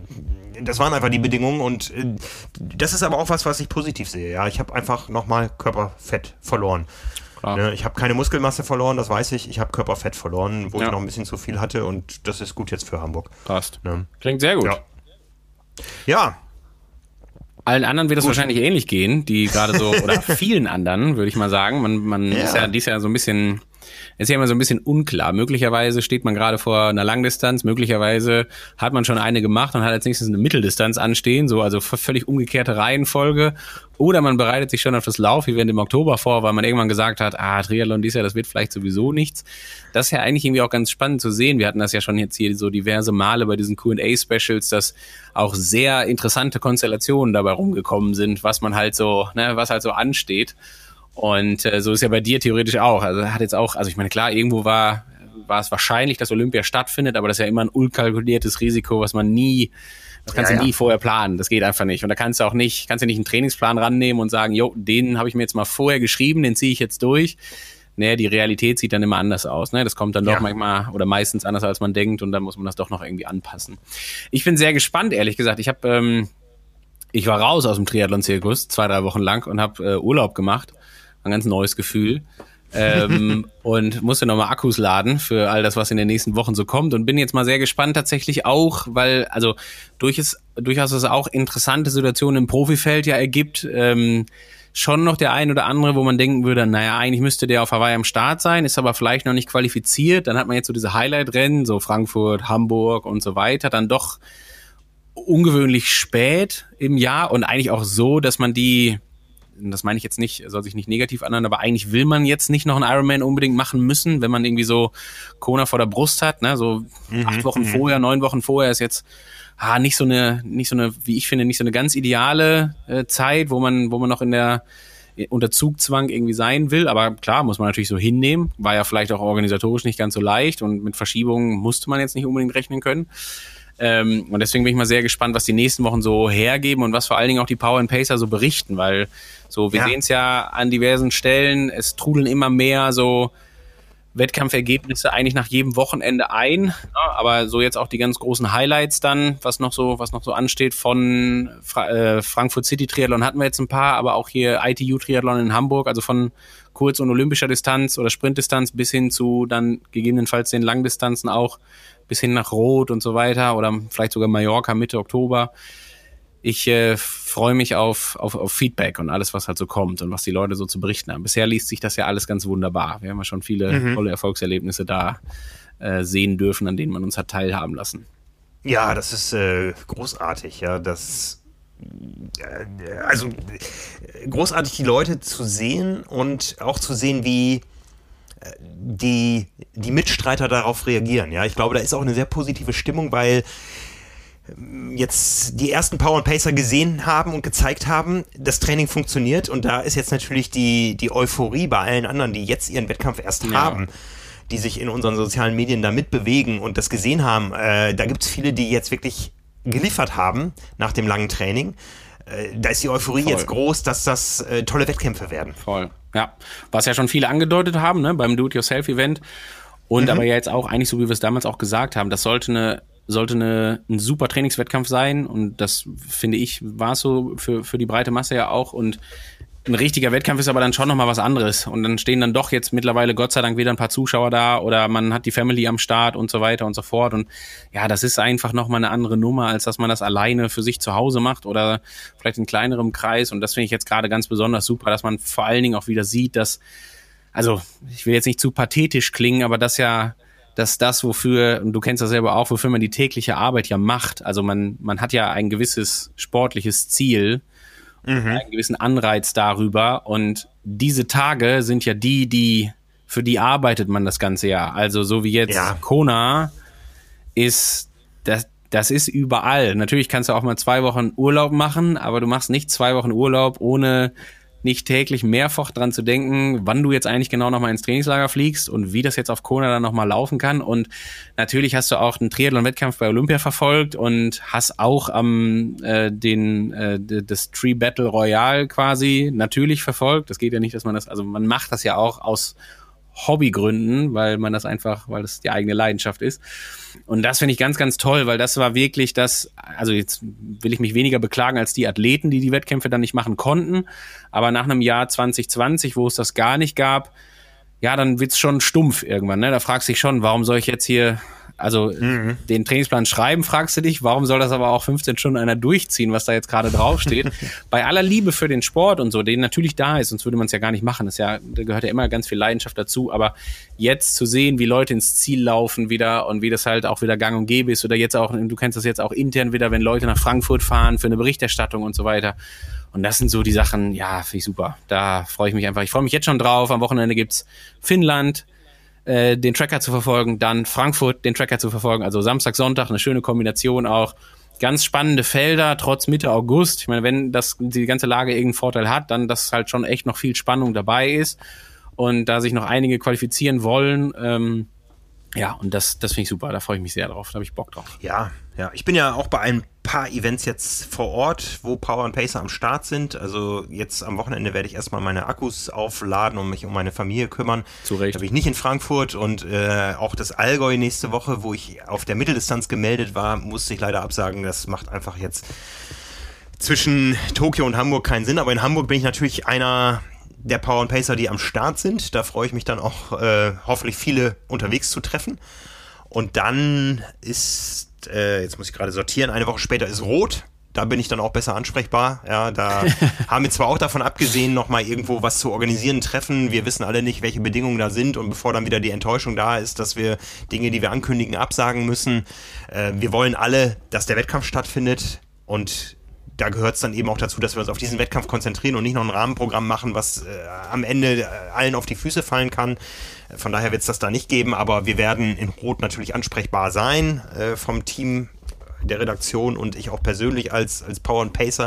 das waren einfach die Bedingungen und äh, das ist aber auch was, was ich positiv sehe. Ja, ich habe einfach nochmal Körperfett verloren. Ne, ich habe keine Muskelmasse verloren, das weiß ich. Ich habe Körperfett verloren, wo ja. ich noch ein bisschen zu viel hatte und das ist gut jetzt für Hamburg. Passt. Ne? Klingt sehr gut. Ja. ja. Allen anderen wird es wahrscheinlich ähnlich gehen, die gerade so, oder vielen anderen, würde ich mal sagen. Man, man ja. ist ja, die ist ja so ein bisschen, ist ja immer so ein bisschen unklar. Möglicherweise steht man gerade vor einer Langdistanz, möglicherweise hat man schon eine gemacht und hat als nächstes eine Mitteldistanz anstehen, so, also völlig umgekehrte Reihenfolge. Oder man bereitet sich schon auf das Lauf-Event im Oktober vor, weil man irgendwann gesagt hat, ah, Triathlon dieses Jahr, das wird vielleicht sowieso nichts. Das ist ja eigentlich irgendwie auch ganz spannend zu sehen. Wir hatten das ja schon jetzt hier so diverse Male bei diesen Q and A-Specials, dass auch sehr interessante Konstellationen dabei rumgekommen sind, was man halt so, ne, was halt so ansteht. Und äh, so ist ja bei dir theoretisch auch. Also hat jetzt auch, also ich meine, klar, irgendwo war, war es wahrscheinlich, dass Olympia stattfindet, aber das ist ja immer ein unkalkuliertes Risiko, was man nie, das kannst ja, du nie ja. vorher planen. Das geht einfach nicht. Und da kannst du auch nicht, kannst du nicht einen Trainingsplan rannehmen und sagen, jo, den habe ich mir jetzt mal vorher geschrieben, den ziehe ich jetzt durch. Nee, die Realität sieht dann immer anders aus. Ne? Das kommt dann doch ja. manchmal oder meistens anders, als man denkt und dann muss man das doch noch irgendwie anpassen. Ich bin sehr gespannt, ehrlich gesagt. Ich habe, ähm, ich war raus aus dem Triathlon-Zirkus zwei, drei Wochen lang und habe äh, Urlaub gemacht. Ein ganz neues Gefühl. ähm, und musste nochmal Akkus laden für all das, was in den nächsten Wochen so kommt und bin jetzt mal sehr gespannt tatsächlich auch, weil also durch es, durchaus es auch interessante Situationen im Profifeld ja ergibt, ähm, schon noch der ein oder andere, wo man denken würde, naja, eigentlich müsste der auf Hawaii am Start sein, ist aber vielleicht noch nicht qualifiziert. Dann hat man jetzt so diese Highlight-Rennen, so Frankfurt, Hamburg und so weiter, dann doch ungewöhnlich spät im Jahr und eigentlich auch so, dass man die, das meine ich jetzt nicht, soll sich nicht negativ anhören, aber eigentlich will man jetzt nicht noch einen Ironman unbedingt machen müssen, wenn man irgendwie so Kona vor der Brust hat, ne, so mhm, acht Wochen mhm. vorher, neun Wochen vorher ist jetzt ah, nicht so eine, nicht so eine, wie ich finde, nicht so eine ganz ideale äh, Zeit, wo man, wo man noch in der unter Zugzwang irgendwie sein will, aber klar, muss man natürlich so hinnehmen, war ja vielleicht auch organisatorisch nicht ganz so leicht und mit Verschiebungen musste man jetzt nicht unbedingt rechnen können. Ähm, und deswegen bin ich mal sehr gespannt, was die nächsten Wochen so hergeben und was vor allen Dingen auch die Power and Pacer so berichten, weil so, wir ja. sehen es ja an diversen Stellen, es trudeln immer mehr so Wettkampfergebnisse eigentlich nach jedem Wochenende ein, ja, aber so jetzt auch die ganz großen Highlights dann, was noch so, was noch so ansteht von Fra- äh, Frankfurt City Triathlon hatten wir jetzt ein paar, aber auch hier I T U Triathlon in Hamburg, also von Kurz- und olympischer Distanz oder Sprintdistanz bis hin zu dann gegebenenfalls den Langdistanzen auch bis hin nach Rot und so weiter oder vielleicht sogar Mallorca Mitte Oktober. Ich äh, freue mich auf, auf, auf Feedback und alles, was halt so kommt und was die Leute so zu berichten haben. Bisher liest sich das ja alles ganz wunderbar. Wir haben ja schon viele mhm. tolle Erfolgserlebnisse da äh, sehen dürfen, an denen man uns hat teilhaben lassen. Ja, das ist äh, großartig, ja, das äh, also äh, großartig, die Leute zu sehen und auch zu sehen, wie äh, die, die Mitstreiter darauf reagieren. Ja, ich glaube, da ist auch eine sehr positive Stimmung, weil jetzt die ersten Power and Pacer gesehen haben und gezeigt haben, das Training funktioniert und da ist jetzt natürlich die, die Euphorie bei allen anderen, die jetzt ihren Wettkampf erst ja. haben, die sich in unseren sozialen Medien da mitbewegen und das gesehen haben. Äh, da gibt es viele, die jetzt wirklich geliefert haben nach dem langen Training. Äh, da ist die Euphorie Voll. jetzt groß, dass das äh, tolle Wettkämpfe werden. Voll, ja. Was ja schon viele angedeutet haben, ne, beim Do-it-yourself-Event und mhm. aber ja jetzt auch eigentlich, so wie wir es damals auch gesagt haben, das sollte eine sollte eine, ein super Trainingswettkampf sein und das, finde ich, war es so für, für die breite Masse ja auch und ein richtiger Wettkampf ist aber dann schon nochmal was anderes und dann stehen dann doch jetzt mittlerweile Gott sei Dank wieder ein paar Zuschauer da oder man hat die Family am Start und so weiter und so fort und ja, das ist einfach nochmal eine andere Nummer, als dass man das alleine für sich zu Hause macht oder vielleicht in kleinerem Kreis und das finde ich jetzt gerade ganz besonders super, dass man vor allen Dingen auch wieder sieht, dass, also ich will jetzt nicht zu pathetisch klingen, aber das ja dass das, wofür, und du kennst das selber auch, wofür man die tägliche Arbeit ja macht, also man, man hat ja ein gewisses sportliches Ziel, mhm. einen gewissen Anreiz darüber und diese Tage sind ja die, die, für die arbeitet man das ganze Jahr, also so wie jetzt ja. Kona ist, das, das ist überall, natürlich kannst du auch mal zwei Wochen Urlaub machen, aber du machst nicht zwei Wochen Urlaub, ohne nicht täglich mehrfach dran zu denken, wann du jetzt eigentlich genau nochmal ins Trainingslager fliegst und wie das jetzt auf Kona dann nochmal laufen kann. Und natürlich hast du auch einen Triathlon-Wettkampf bei Olympia verfolgt und hast auch am äh, den äh, das Tree Battle Royale quasi natürlich verfolgt. Das geht ja nicht, dass man das, also man macht das ja auch aus Hobbygründen, weil man das einfach, weil das die eigene Leidenschaft ist. Und das finde ich ganz, ganz toll, weil das war wirklich das, also jetzt will ich mich weniger beklagen als die Athleten, die die Wettkämpfe dann nicht machen konnten, aber nach einem Jahr zwanzig zwanzig, wo es das gar nicht gab, ja, dann wird's schon stumpf irgendwann, ne? Da fragst du dich schon, warum soll ich jetzt hier, also mhm. den Trainingsplan schreiben, fragst du dich, warum soll das aber auch fünfzehn Stunden einer durchziehen, was da jetzt gerade draufsteht? Bei aller Liebe für den Sport und so, den natürlich da ist, sonst würde man es ja gar nicht machen. Das ist ja, da gehört ja immer ganz viel Leidenschaft dazu. Aber jetzt zu sehen, wie Leute ins Ziel laufen wieder und wie das halt auch wieder gang und gäbe ist oder jetzt auch, du kennst das jetzt auch intern wieder, wenn Leute nach Frankfurt fahren für eine Berichterstattung und so weiter. Und das sind so die Sachen, ja, finde ich super. Da freue ich mich einfach. Ich freue mich jetzt schon drauf. Am Wochenende gibt's Finnland, äh, den Tracker zu verfolgen, dann Frankfurt, den Tracker zu verfolgen. Also Samstag, Sonntag, eine schöne Kombination auch. Ganz spannende Felder, trotz Mitte August. Ich meine, wenn das die ganze Lage irgendeinen Vorteil hat, dann, dass halt schon echt noch viel Spannung dabei ist. Und da sich noch einige qualifizieren wollen, ähm, ja, und das, das finde ich super, da freue ich mich sehr drauf, da habe ich Bock drauf. Ja, ja, ich bin ja auch bei ein paar Events jetzt vor Ort, wo Power and Pacer am Start sind. Also jetzt am Wochenende werde ich erstmal meine Akkus aufladen und mich um meine Familie kümmern. Zu Recht. Da bin ich nicht in Frankfurt und äh, auch das Allgäu nächste Woche, wo ich auf der Mitteldistanz gemeldet war, musste ich leider absagen. Das macht einfach jetzt zwischen Tokio und Hamburg keinen Sinn, aber in Hamburg bin ich natürlich einer der Power and Pacer, die am Start sind. Da freue ich mich dann auch äh, hoffentlich viele unterwegs zu treffen. Und dann ist, äh, jetzt muss ich gerade sortieren, eine Woche später ist Rot. Da bin ich dann auch besser ansprechbar. Ja, da haben wir zwar auch davon abgesehen, nochmal irgendwo was zu organisieren, Treffen. Wir wissen alle nicht, welche Bedingungen da sind. Und bevor dann wieder die Enttäuschung da ist, dass wir Dinge, die wir ankündigen, absagen müssen. Äh, wir wollen alle, dass der Wettkampf stattfindet. Und da gehört es dann eben auch dazu, dass wir uns auf diesen Wettkampf konzentrieren und nicht noch ein Rahmenprogramm machen, was äh, am Ende äh, allen auf die Füße fallen kann. Von daher wird es das da nicht geben. Aber wir werden in Rot natürlich ansprechbar sein äh, vom Team der Redaktion und ich auch persönlich als, als Power and Pacer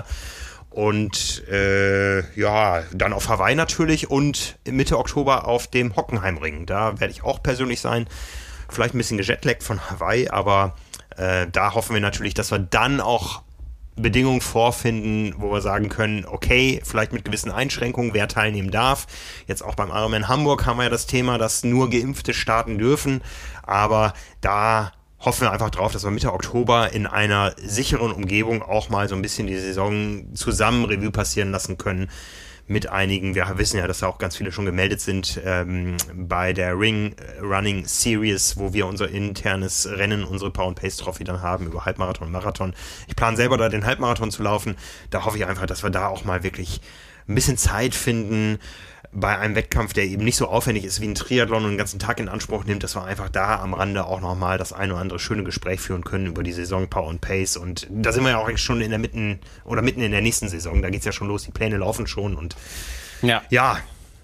und äh, ja, dann auf Hawaii natürlich und Mitte Oktober auf dem Hockenheimring. Da werde ich auch persönlich sein, vielleicht ein bisschen gejetlaggt von Hawaii, aber äh, da hoffen wir natürlich, dass wir dann auch Bedingungen vorfinden, wo wir sagen können, okay, vielleicht mit gewissen Einschränkungen, wer teilnehmen darf. Jetzt auch beim Ironman Hamburg haben wir ja das Thema, dass nur Geimpfte starten dürfen, aber da hoffen wir einfach drauf, dass wir Mitte Oktober in einer sicheren Umgebung auch mal so ein bisschen die Saison zusammen Revue passieren lassen können mit einigen. Wir wissen ja, dass da auch ganz viele schon gemeldet sind ähm, bei der Ring Running Series, wo wir unser internes Rennen, unsere Power and Pace Trophy dann haben über Halbmarathon und Marathon. Ich plane selber da den Halbmarathon zu laufen. Da hoffe ich einfach, dass wir da auch mal wirklich ein bisschen Zeit finden bei einem Wettkampf, der eben nicht so aufwendig ist wie ein Triathlon und den ganzen Tag in Anspruch nimmt, dass wir einfach da am Rande auch nochmal das ein oder andere schöne Gespräch führen können über die Saison Power and Pace. Und da sind wir ja auch schon in der Mitten oder mitten in der nächsten Saison. Da geht's ja schon los, die Pläne laufen schon und ja. ja.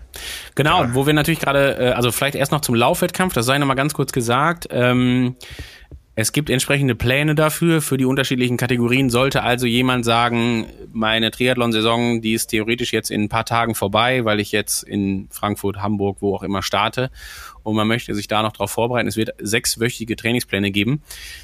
Genau, ja. Wo wir natürlich gerade, also vielleicht erst noch zum Laufwettkampf, das sei nochmal ganz kurz gesagt, ähm, es gibt entsprechende Pläne dafür, für die unterschiedlichen Kategorien. Sollte also jemand sagen, meine Triathlon-Saison, die ist theoretisch jetzt in ein paar Tagen vorbei, weil ich jetzt in Frankfurt, Hamburg, wo auch immer starte und man möchte sich da noch drauf vorbereiten. Es wird sechswöchige Trainingspläne geben,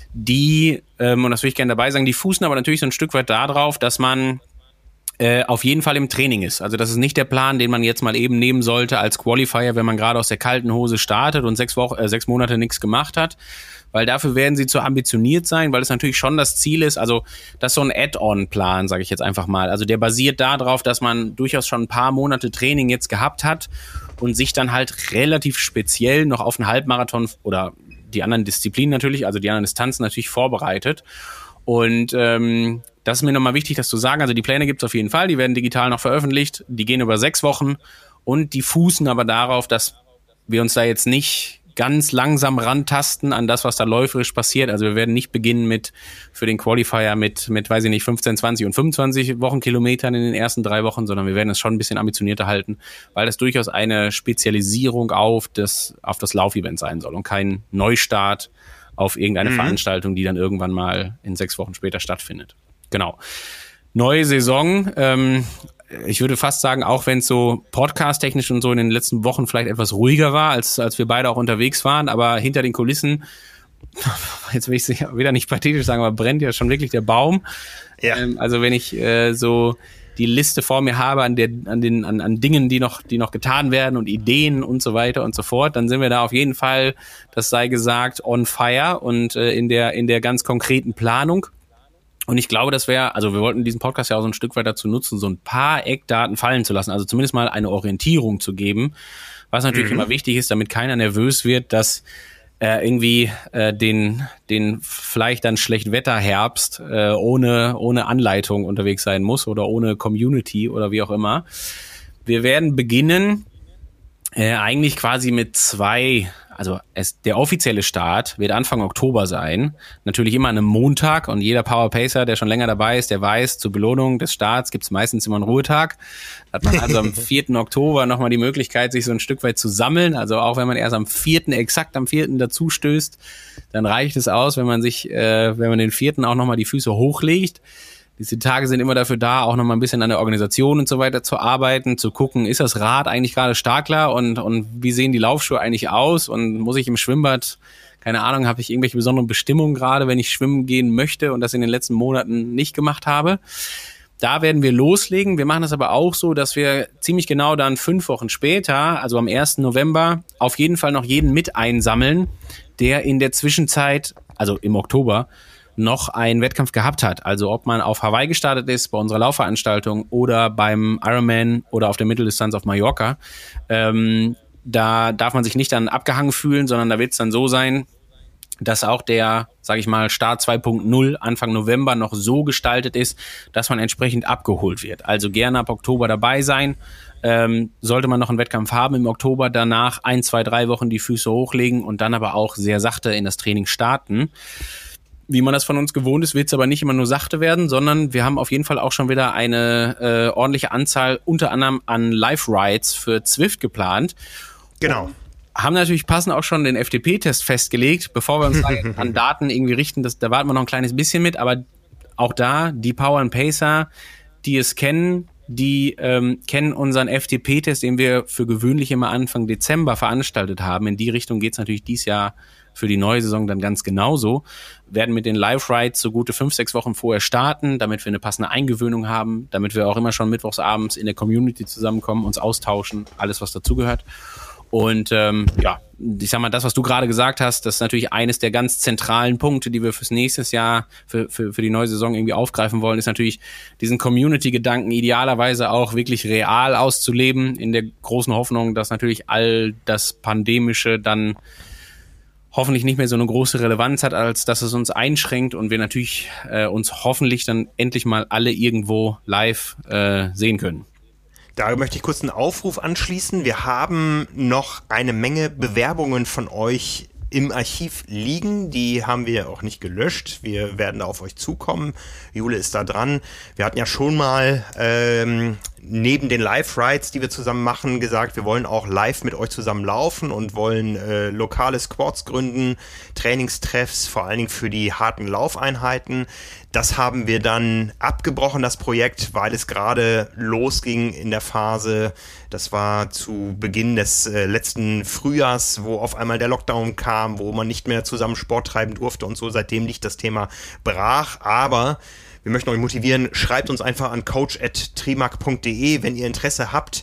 die, ähm, und das will ich gerne dabei sagen, die fußen aber natürlich so ein Stück weit darauf, dass man äh, auf jeden Fall im Training ist. Also das ist nicht der Plan, den man jetzt mal eben nehmen sollte als Qualifier, wenn man gerade aus der kalten Hose startet und sechs Wochen, äh, sechs Monate nichts gemacht hat. Weil dafür werden sie zu ambitioniert sein, weil es natürlich schon das Ziel ist, also das ist so ein Add-on-Plan, sage ich jetzt einfach mal. Also der basiert darauf, dass man durchaus schon ein paar Monate Training jetzt gehabt hat und sich dann halt relativ speziell noch auf einen Halbmarathon oder die anderen Disziplinen natürlich, also die anderen Distanzen natürlich vorbereitet. Und ähm, das ist mir nochmal wichtig, das zu sagen. Also die Pläne gibt es auf jeden Fall, die werden digital noch veröffentlicht, die gehen über sechs Wochen und die fußen aber darauf, dass wir uns da jetzt nicht ganz langsam rantasten an das, was da läuferisch passiert. Also wir werden nicht beginnen mit für den Qualifier mit, mit weiß ich nicht, fünfzehn, zwanzig und fünfundzwanzig Wochenkilometern in den ersten drei Wochen, sondern wir werden es schon ein bisschen ambitionierter halten, weil das durchaus eine Spezialisierung auf das, auf das Laufevent sein soll und kein Neustart auf irgendeine mhm. Veranstaltung, die dann irgendwann mal in sechs Wochen später stattfindet. Genau. Neue Saison, ähm, ich würde fast sagen, auch wenn es so podcast-technisch und so in den letzten Wochen vielleicht etwas ruhiger war, als als wir beide auch unterwegs waren, aber hinter den Kulissen, jetzt will ich es wieder nicht pathetisch sagen, aber brennt ja schon wirklich der Baum. Ja. Ähm, also wenn ich äh, so die Liste vor mir habe an der an den an, an Dingen, die noch die noch getan werden und Ideen und so weiter und so fort, dann sind wir da auf jeden Fall, das sei gesagt, on fire und äh, in der in der ganz konkreten Planung. Und ich glaube, das wäre, also wir wollten diesen Podcast ja auch so ein Stück weit dazu nutzen, so ein paar Eckdaten fallen zu lassen, also zumindest mal eine Orientierung zu geben, was natürlich mhm. immer wichtig ist, damit keiner nervös wird, dass äh, irgendwie äh, den den vielleicht dann Schlechtwetterherbst äh, ohne ohne Anleitung unterwegs sein muss oder ohne Community oder wie auch immer. Wir werden beginnen äh, eigentlich quasi mit zwei. Also es, der offizielle Start wird Anfang Oktober sein. Natürlich immer an einem Montag und jeder Power Pacer, der schon länger dabei ist, der weiß, zur Belohnung des Starts gibt es meistens immer einen Ruhetag. Da hat man also am vierten Oktober nochmal die Möglichkeit, sich so ein Stück weit zu sammeln. Also auch wenn man erst am vierten, exakt am vierten dazu stößt, dann reicht es aus, wenn man sich, äh, wenn man den vierten auch nochmal die Füße hochlegt. Diese Tage sind immer dafür da, auch nochmal ein bisschen an der Organisation und so weiter zu arbeiten, zu gucken, ist das Rad eigentlich gerade Starkler und und wie sehen die Laufschuhe eigentlich aus und muss ich im Schwimmbad, keine Ahnung, habe ich irgendwelche besonderen Bestimmungen gerade, wenn ich schwimmen gehen möchte und das in den letzten Monaten nicht gemacht habe. Da werden wir loslegen. Wir machen das aber auch so, dass wir ziemlich genau dann fünf Wochen später, also am ersten November, auf jeden Fall noch jeden mit einsammeln, der in der Zwischenzeit, also im Oktober, noch einen Wettkampf gehabt hat. Also ob man auf Hawaii gestartet ist, bei unserer Laufveranstaltung oder beim Ironman oder auf der Mitteldistanz auf Mallorca. Ähm, da darf man sich nicht dann abgehangen fühlen, sondern da wird es dann so sein, dass auch der, sage ich mal, Start zwei Punkt null Anfang November noch so gestaltet ist, dass man entsprechend abgeholt wird. Also gerne ab Oktober dabei sein. Ähm, sollte man noch einen Wettkampf haben im Oktober, danach ein, zwei, drei Wochen die Füße hochlegen und dann aber auch sehr sachte in das Training starten. Wie man das von uns gewohnt ist, wird es aber nicht immer nur sachte werden, sondern wir haben auf jeden Fall auch schon wieder eine äh, ordentliche Anzahl unter anderem an Live-Rides für Zwift geplant. Genau. Und haben natürlich passend auch schon den F T P-Test festgelegt, bevor wir uns an Daten irgendwie richten. Das, da warten wir noch ein kleines bisschen mit, aber auch da, die Power and Pacer, die es kennen, die ähm, kennen unseren F T P-Test, den wir für gewöhnlich immer Anfang Dezember veranstaltet haben. In die Richtung geht es natürlich dieses Jahr für die neue Saison dann ganz genauso. Werden mit den Live-Rides so gute fünf, sechs Wochen vorher starten, damit wir eine passende Eingewöhnung haben, damit wir auch immer schon mittwochsabends in der Community zusammenkommen, uns austauschen, alles was dazugehört. Und ähm, ja, ich sag mal, das, was du gerade gesagt hast, das ist natürlich eines der ganz zentralen Punkte, die wir fürs nächste Jahr, für, für, für die neue Saison irgendwie aufgreifen wollen, ist natürlich diesen Community-Gedanken idealerweise auch wirklich real auszuleben, in der großen Hoffnung, dass natürlich all das Pandemische dann hoffentlich nicht mehr so eine große Relevanz hat, als dass es uns einschränkt und wir natürlich äh, uns hoffentlich dann endlich mal alle irgendwo live äh, sehen können. Da möchte ich kurz einen Aufruf anschließen. Wir haben noch eine Menge Bewerbungen von euch im Archiv liegen. Die haben wir auch nicht gelöscht. Wir werden da auf euch zukommen. Jule ist da dran. Wir hatten ja schon mal ähm, neben den Live-Rides, die wir zusammen machen, gesagt, wir wollen auch live mit euch zusammen laufen und wollen äh, lokale Squads gründen, Trainingstreffs, vor allen Dingen für die harten Laufeinheiten. Das haben wir dann abgebrochen, das Projekt, weil es gerade losging in der Phase, das war zu Beginn des äh, letzten Frühjahrs, wo auf einmal der Lockdown kam, wo man nicht mehr zusammen Sport treiben durfte und so. Seitdem liegt das Thema brach, aber wir möchten euch motivieren, schreibt uns einfach an coach at trimac punkt de, wenn ihr Interesse habt,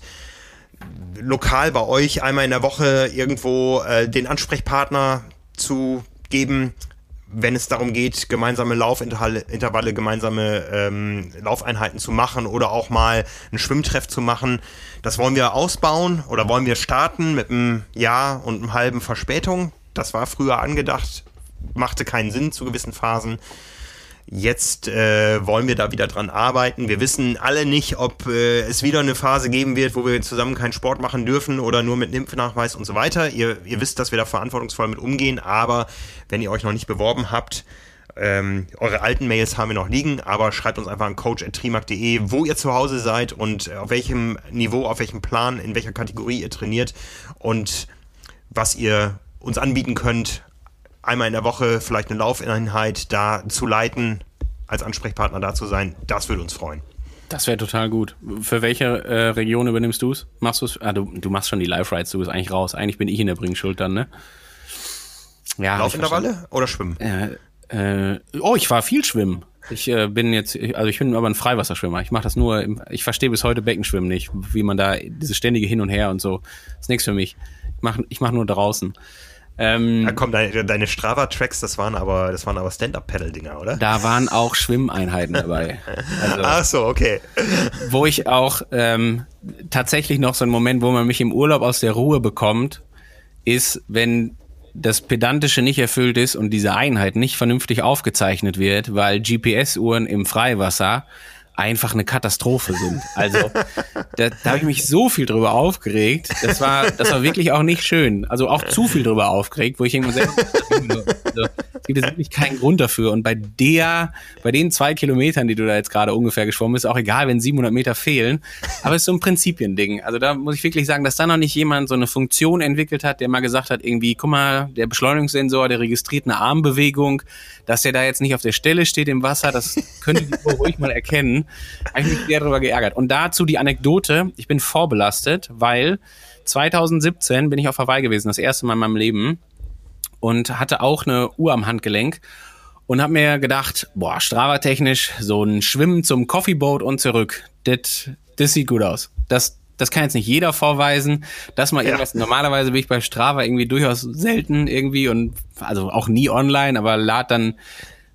lokal bei euch einmal in der Woche irgendwo äh, den Ansprechpartner zu geben, wenn es darum geht, gemeinsame Laufintervalle, Intervalle, gemeinsame ähm, Laufeinheiten zu machen oder auch mal einen Schwimmtreff zu machen. Das wollen wir ausbauen oder wollen wir starten mit einem Jahr und einem halben Verspätung. Das war früher angedacht, machte keinen Sinn zu gewissen Phasen. Jetzt äh, wollen wir da wieder dran arbeiten. Wir wissen alle nicht, ob äh, es wieder eine Phase geben wird, wo wir zusammen keinen Sport machen dürfen oder nur mit Impfnachweis und so weiter. Ihr, ihr wisst, dass wir da verantwortungsvoll mit umgehen, aber wenn ihr euch noch nicht beworben habt, ähm, eure alten Mails haben wir noch liegen, aber schreibt uns einfach an coach at trimac punkt de, wo ihr zu Hause seid und auf welchem Niveau, auf welchem Plan, in welcher Kategorie ihr trainiert und was ihr uns anbieten könnt, einmal in der Woche vielleicht eine Laufeinheit da zu leiten, als Ansprechpartner da zu sein, das würde uns freuen. Das wäre total gut. Für welche äh, Region übernimmst du es? Machst du es? Ah, du, du machst schon die Live-Rides, du bist eigentlich raus. Eigentlich bin ich in der Bringschuld dann, ne? Ja, Laufintervalle oder Schwimmen? Äh, äh, oh, ich war viel schwimmen. Ich äh, bin jetzt, also ich bin aber ein Freiwasserschwimmer. Ich mache das nur, im, ich verstehe bis heute Beckenschwimmen nicht, wie man da, dieses ständige Hin und Her und so, ist nichts für mich. Ich mache ich mach nur draußen. Ähm, ja, komm, deine, deine Strava-Tracks, das waren aber, das waren aber Stand-Up-Paddle-Dinger, oder? Da waren auch Schwimmeinheiten dabei. Also, ach so, okay. Wo ich auch ähm, tatsächlich noch so einen Moment, wo man mich im Urlaub aus der Ruhe bekommt, ist, wenn das Pedantische nicht erfüllt ist und diese Einheit nicht vernünftig aufgezeichnet wird, weil G P S-Uhren im Freiwasser einfach eine Katastrophe sind. Also da, da habe ich mich so viel drüber aufgeregt. Das war, das war wirklich auch nicht schön. Also auch zu viel drüber aufgeregt, wo ich irgendwann selber, also, es gibt jetzt wirklich keinen Grund dafür. Und bei der, bei den zwei Kilometern, die du da jetzt gerade ungefähr geschwommen bist, auch egal, wenn siebenhundert Meter fehlen. Aber es ist so ein Prinzipiending. Also da muss ich wirklich sagen, dass da noch nicht jemand so eine Funktion entwickelt hat, der mal gesagt hat, irgendwie, guck mal, der Beschleunigungssensor, der registriert eine Armbewegung, dass der da jetzt nicht auf der Stelle steht im Wasser, das könnte die Uhr ruhig mal erkennen. Habe ich mich sehr darüber geärgert. Und dazu die Anekdote, ich bin vorbelastet, weil zwanzig siebzehn bin ich auf Hawaii gewesen, das erste Mal in meinem Leben und hatte auch eine Uhr am Handgelenk und habe mir gedacht, boah, Strava-technisch, so ein Schwimmen zum Coffeeboat und zurück, das, das sieht gut aus. Das, das kann jetzt nicht jeder vorweisen, dass mal irgendwas, ja. Normalerweise bin ich bei Strava irgendwie durchaus selten irgendwie und also auch nie online, aber lad dann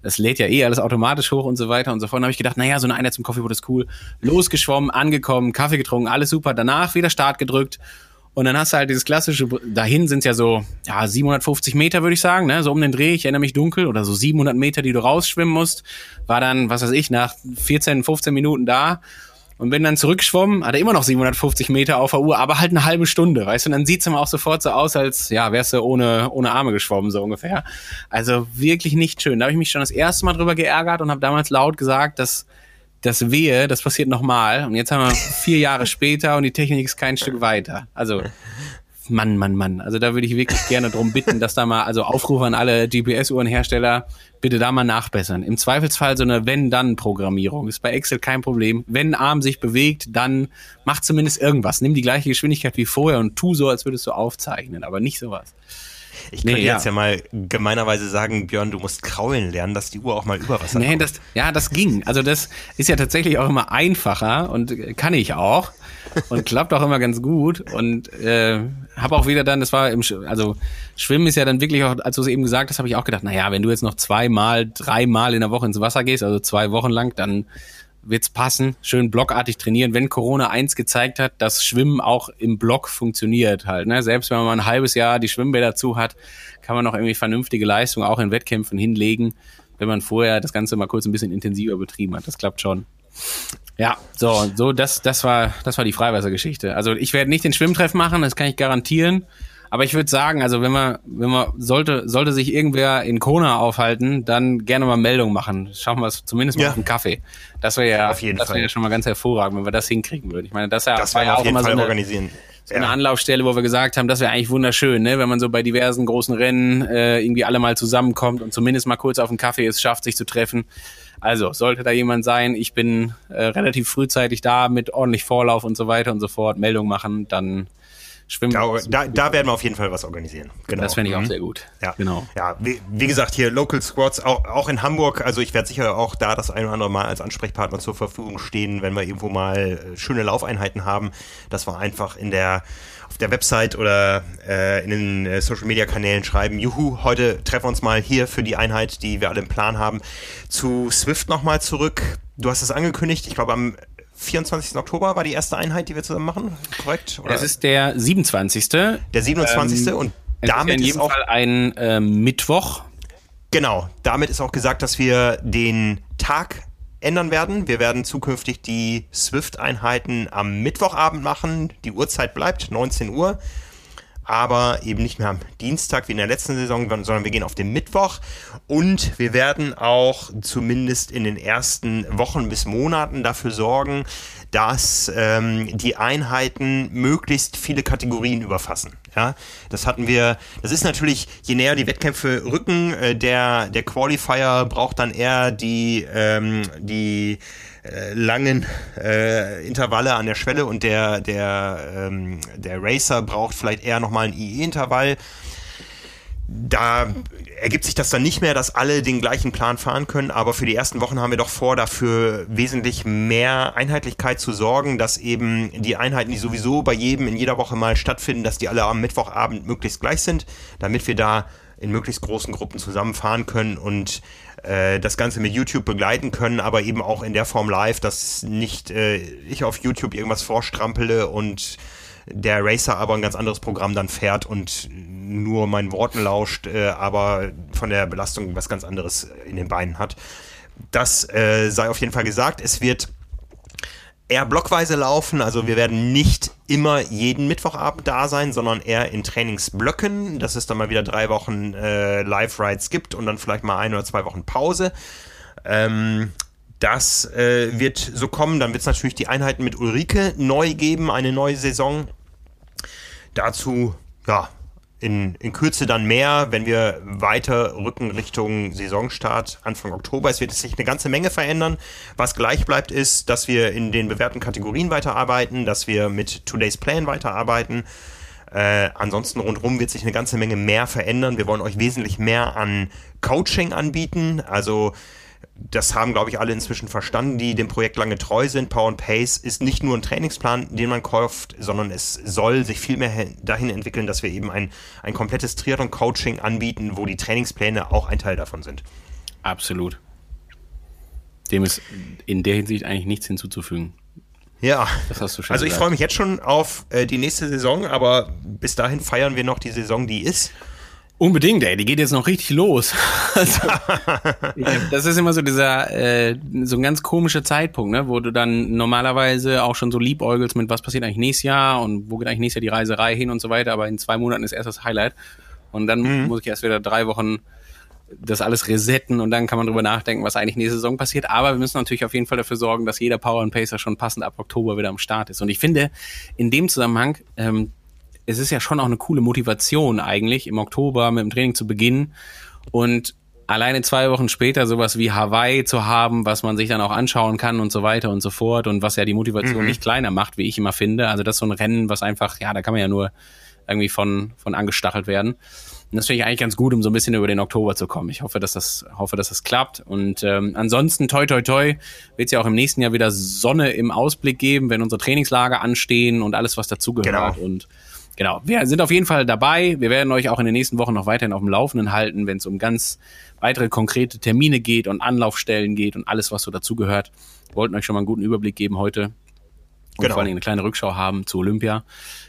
es lädt ja eh alles automatisch hoch und so weiter und so fort. Und habe ich gedacht, naja, so eine Einheit zum Coffeeboot ist cool. Losgeschwommen, angekommen, Kaffee getrunken, alles super. Danach wieder Start gedrückt. Und dann hast du halt dieses klassische, dahin sind es ja so ja, siebenhundertfünfzig Meter, würde ich sagen, ne, so um den Dreh, ich erinnere mich dunkel, oder so siebenhundert Meter, die du rausschwimmen musst. War dann, was weiß ich, nach vierzehn, fünfzehn Minuten da und bin dann zurückgeschwommen, hatte immer noch siebenhundertfünfzig Meter auf der Uhr, aber halt eine halbe Stunde, weißt du, und dann sieht's immer auch sofort so aus, als ja, wärst du ohne, ohne Arme geschwommen, so ungefähr. Also wirklich nicht schön. Da habe ich mich schon das erste Mal drüber geärgert und habe damals laut gesagt, dass das Wehe, das passiert nochmal. Und jetzt haben wir vier Jahre später und die Technik ist kein Stück weiter. Also, Mann, Mann, Mann. Also da würde ich wirklich gerne drum bitten, dass da mal, also Aufrufe an alle G P S-Uhrenhersteller, bitte da mal nachbessern. Im Zweifelsfall so eine Wenn-Dann-Programmierung. Ist bei Excel kein Problem. Wenn ein Arm sich bewegt, dann mach zumindest irgendwas. Nimm die gleiche Geschwindigkeit wie vorher und tu so, als würdest du aufzeichnen, aber nicht sowas. Ich könnte nee, ja. jetzt ja mal gemeinerweise sagen, Björn, du musst kraulen lernen, dass die Uhr auch mal über Wasser nee, kommt. das, ja, das ging. Also das ist ja tatsächlich auch immer einfacher und kann ich auch und klappt auch immer ganz gut und äh, habe auch wieder dann, das war im, also Schwimmen ist ja dann wirklich auch, als du es eben gesagt hast, habe ich auch gedacht, naja, wenn du jetzt noch zweimal, dreimal in der Woche ins Wasser gehst, also zwei Wochen lang, dann wird's passen, schön blockartig trainieren, wenn Corona eins gezeigt hat, dass Schwimmen auch im Block funktioniert halt, ne? Selbst wenn man mal ein halbes Jahr die Schwimmbäder zu hat, kann man noch irgendwie vernünftige Leistungen auch in Wettkämpfen hinlegen, wenn man vorher das Ganze mal kurz ein bisschen intensiver betrieben hat. Das klappt schon. Ja, so, so, das, das war, das war die Freiwassergeschichte. Also ich werde nicht den Schwimmtreff machen, das kann ich garantieren. Aber ich würde sagen, also wenn man, wenn man sollte, sollte sich irgendwer in Kona aufhalten, dann gerne mal Meldung machen. Schaffen wir es zumindest mal ja. auf einen Kaffee. Das wäre ja, auf jeden das wäre ja schon mal ganz hervorragend, wenn wir das hinkriegen würden. Ich meine, das, ja, das war ja auf auch jeden immer Fall so eine, organisieren. so eine ja. Anlaufstelle, wo wir gesagt haben, das wäre eigentlich wunderschön, ne, wenn man so bei diversen großen Rennen äh, irgendwie alle mal zusammenkommt und zumindest mal kurz auf einen Kaffee es schafft, sich zu treffen. Also, sollte da jemand sein, ich bin äh, relativ frühzeitig da mit ordentlich Vorlauf und so weiter und so fort, Meldung machen, dann schwimmen. Da, da, da werden wir auf jeden Fall was organisieren. Genau. Das fände ich auch mhm. sehr gut. Ja, genau. Ja, wie, wie gesagt, hier Local Squads, auch, auch in Hamburg. Also ich werde sicher auch da das ein oder andere Mal als Ansprechpartner zur Verfügung stehen, wenn wir irgendwo mal schöne Laufeinheiten haben, dass wir einfach in der auf der Website oder äh, in den äh, Social-Media-Kanälen schreiben, juhu, heute treffen wir uns mal hier für die Einheit, die wir alle im Plan haben. Zu Zwift nochmal zurück. Du hast es angekündigt, ich glaube am vierundzwanzigsten Oktober war die erste Einheit, die wir zusammen machen, korrekt? Oder? Das ist der siebenundzwanzigste Der siebenundzwanzigste Ähm, und damit ist, ja in ist jedem auch Fall ein äh, Mittwoch. Genau, damit ist auch gesagt, dass wir den Tag ändern werden. Wir werden zukünftig die Swift-Einheiten am Mittwochabend machen. Die Uhrzeit bleibt neunzehn Uhr, aber eben nicht mehr am Dienstag wie in der letzten Saison, sondern wir gehen auf den Mittwoch und wir werden auch zumindest in den ersten Wochen bis Monaten dafür sorgen, dass ähm, die Einheiten möglichst viele Kategorien überfassen. Ja, das hatten wir, das ist natürlich, je näher die Wettkämpfe rücken, äh, der, der Qualifier braucht dann eher die, ähm, die äh, langen äh, Intervalle an der Schwelle und der, der, ähm, der Racer braucht vielleicht eher nochmal ein I E-Intervall. Da ergibt sich das dann nicht mehr, dass alle den gleichen Plan fahren können, aber für die ersten Wochen haben wir doch vor, dafür wesentlich mehr Einheitlichkeit zu sorgen, dass eben die Einheiten, die sowieso bei jedem in jeder Woche mal stattfinden, dass die alle am Mittwochabend möglichst gleich sind, damit wir da in möglichst großen Gruppen zusammenfahren können und äh, das Ganze mit YouTube begleiten können, aber eben auch in der Form live, dass nicht äh, ich auf YouTube irgendwas vorstrampele und der Racer aber ein ganz anderes Programm dann fährt und nur meinen Worten lauscht, äh, aber von der Belastung was ganz anderes in den Beinen hat. Das äh, sei auf jeden Fall gesagt. Es wird eher blockweise laufen, also wir werden nicht immer jeden Mittwochabend da sein, sondern eher in Trainingsblöcken, dass es dann mal wieder drei Wochen äh, Live-Rides gibt und dann vielleicht mal ein oder zwei Wochen Pause. Ähm, Das äh, wird so kommen. Dann wird es natürlich die Einheiten mit Ulrike neu geben, eine neue Saison. Dazu, ja, in, in Kürze dann mehr, wenn wir weiter rücken Richtung Saisonstart Anfang Oktober. Es wird sich eine ganze Menge verändern. Was gleich bleibt, ist, dass wir in den bewährten Kategorien weiterarbeiten, dass wir mit Today's Plan weiterarbeiten. Äh, ansonsten rundherum wird sich eine ganze Menge mehr verändern. Wir wollen euch wesentlich mehr an Coaching anbieten. Also das haben, glaube ich, alle inzwischen verstanden, die dem Projekt lange treu sind. Power and Pace ist nicht nur ein Trainingsplan, den man kauft, sondern es soll sich viel mehr dahin entwickeln, dass wir eben ein, ein komplettes Triathlon-Coaching anbieten, wo die Trainingspläne auch ein Teil davon sind. Absolut. Dem ist in der Hinsicht eigentlich nichts hinzuzufügen. Ja, das hast du schon also ich gesagt. freue mich jetzt schon auf äh, die nächste Saison, aber bis dahin feiern wir noch die Saison, die ist. Unbedingt, ey, die geht jetzt noch richtig los. Also, das ist immer so dieser, äh, so ein ganz komischer Zeitpunkt, ne, wo du dann normalerweise auch schon so liebäugelst mit, was passiert eigentlich nächstes Jahr und wo geht eigentlich nächstes Jahr die Reiserei hin und so weiter, aber in zwei Monaten ist erst das Highlight und dann mhm. muss ich erst wieder drei Wochen das alles resetten und dann kann man drüber nachdenken, was eigentlich nächste Saison passiert, aber wir müssen natürlich auf jeden Fall dafür sorgen, dass jeder Power and Pacer schon passend ab Oktober wieder am Start ist und ich finde, in dem Zusammenhang, ähm, es ist ja schon auch eine coole Motivation eigentlich, im Oktober mit dem Training zu beginnen und alleine zwei Wochen später sowas wie Hawaii zu haben, was man sich dann auch anschauen kann und so weiter und so fort und was ja die Motivation mhm. nicht kleiner macht, wie ich immer finde. Also das ist so ein Rennen, was einfach, ja, da kann man ja nur irgendwie von, von angestachelt werden. Und das finde ich eigentlich ganz gut, um so ein bisschen über den Oktober zu kommen. Ich hoffe, dass das, hoffe, dass das klappt. Und ähm, ansonsten, toi, toi, toi, wird es ja auch im nächsten Jahr wieder Sonne im Ausblick geben, wenn unsere Trainingslager anstehen und alles, was dazugehört. Genau. Und genau, wir sind auf jeden Fall dabei. Wir werden euch auch in den nächsten Wochen noch weiterhin auf dem Laufenden halten, wenn es um ganz weitere konkrete Termine geht und Anlaufstellen geht und alles, was so dazugehört. Wir wollten euch schon mal einen guten Überblick geben heute und genau. vor allem eine kleine Rückschau haben zu Olympia.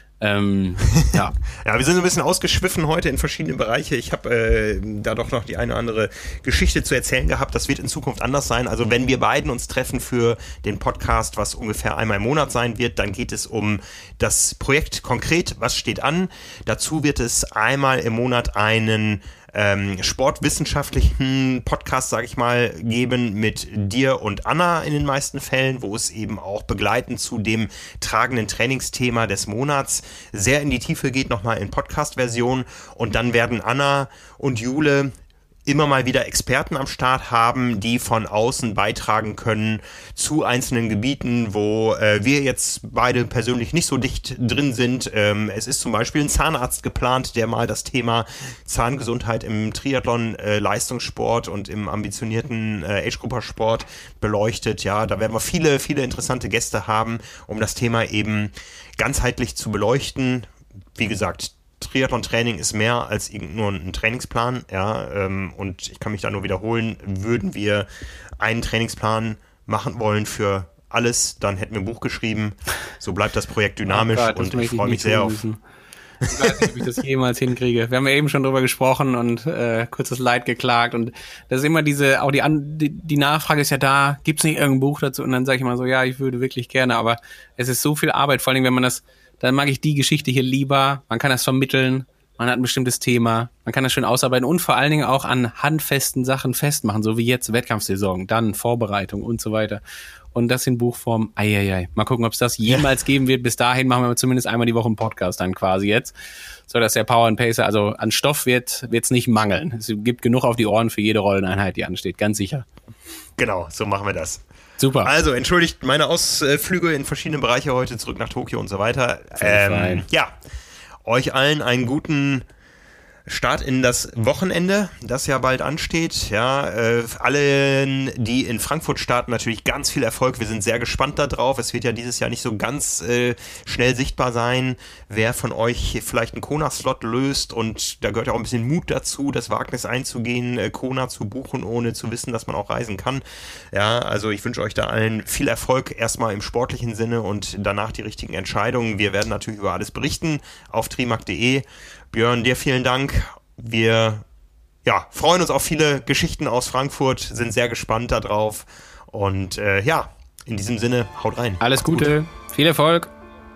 Ähm, ja. ja, wir sind so ein bisschen ausgeschwiffen heute in verschiedene Bereiche. Ich habe äh, da doch noch die eine oder andere Geschichte zu erzählen gehabt. Das wird in Zukunft anders sein. Also wenn wir beiden uns treffen für den Podcast, was ungefähr einmal im Monat sein wird, dann geht es um das Projekt konkret. Was steht an? Dazu wird es einmal im Monat einen Ähm, sportwissenschaftlichen Podcast, sage ich mal, geben mit dir und Anna in den meisten Fällen, wo es eben auch begleitend zu dem tragenden Trainingsthema des Monats sehr in die Tiefe geht, nochmal in Podcast-Version. Und dann werden Anna und Jule immer mal wieder Experten am Start haben, die von außen beitragen können zu einzelnen Gebieten, wo äh, wir jetzt beide persönlich nicht so dicht drin sind. Ähm, es ist zum Beispiel ein Zahnarzt geplant, der mal das Thema Zahngesundheit im Triathlon, äh, Leistungssport und im ambitionierten äh, Age-Grupper-Sport beleuchtet. Ja, da werden wir viele, viele interessante Gäste haben, um das Thema eben ganzheitlich zu beleuchten. Wie gesagt, Triathlon-Training ist mehr als nur ein Trainingsplan, ja, ähm, und ich kann mich da nur wiederholen, würden wir einen Trainingsplan machen wollen für alles, dann hätten wir ein Buch geschrieben. So bleibt das Projekt dynamisch oh Gott, und ich freue mich sehr auf... Ich weiß nicht, ob ich das jemals hinkriege. Wir haben ja eben schon drüber gesprochen und äh, kurzes Leid geklagt und das ist immer diese, auch die, die, die Nachfrage ist ja da, gibt es nicht irgendein Buch dazu? Und dann sage ich immer so, ja, ich würde wirklich gerne, aber es ist so viel Arbeit, vor allem wenn man das, dann mag ich die Geschichte hier lieber, man kann das vermitteln, man hat ein bestimmtes Thema, man kann das schön ausarbeiten und vor allen Dingen auch an handfesten Sachen festmachen, so wie jetzt Wettkampfsaison, dann Vorbereitung und so weiter. Und das in Buchform, eieiei. Mal gucken, ob es das jemals ja. geben wird. Bis dahin machen wir zumindest einmal die Woche einen Podcast dann quasi jetzt. So dass der Power and Pacer, also an Stoff wird es nicht mangeln. Es gibt genug auf die Ohren für jede Rolleneinheit, die ansteht, ganz sicher. Genau, so machen wir das. Super. Also, entschuldigt meine Ausflüge in verschiedene Bereiche heute, zurück nach Tokio und so weiter. Ähm, ja, euch allen einen guten Start in das Wochenende, das ja bald ansteht. Ja, äh, allen, die in Frankfurt starten, natürlich ganz viel Erfolg. Wir sind sehr gespannt darauf. Es wird ja dieses Jahr nicht so ganz äh, schnell sichtbar sein, wer von euch vielleicht einen Kona-Slot löst. Und da gehört ja auch ein bisschen Mut dazu, das Wagnis einzugehen, äh, Kona zu buchen, ohne zu wissen, dass man auch reisen kann. Ja, also ich wünsche euch da allen viel Erfolg, erstmal im sportlichen Sinne und danach die richtigen Entscheidungen. Wir werden natürlich über alles berichten auf trimark punkt de. Björn, dir vielen Dank. Wir ja, freuen uns auf viele Geschichten aus Frankfurt, sind sehr gespannt darauf. Und äh, ja, in diesem Sinne, haut rein. Alles Macht's Gute, gut. Viel Erfolg.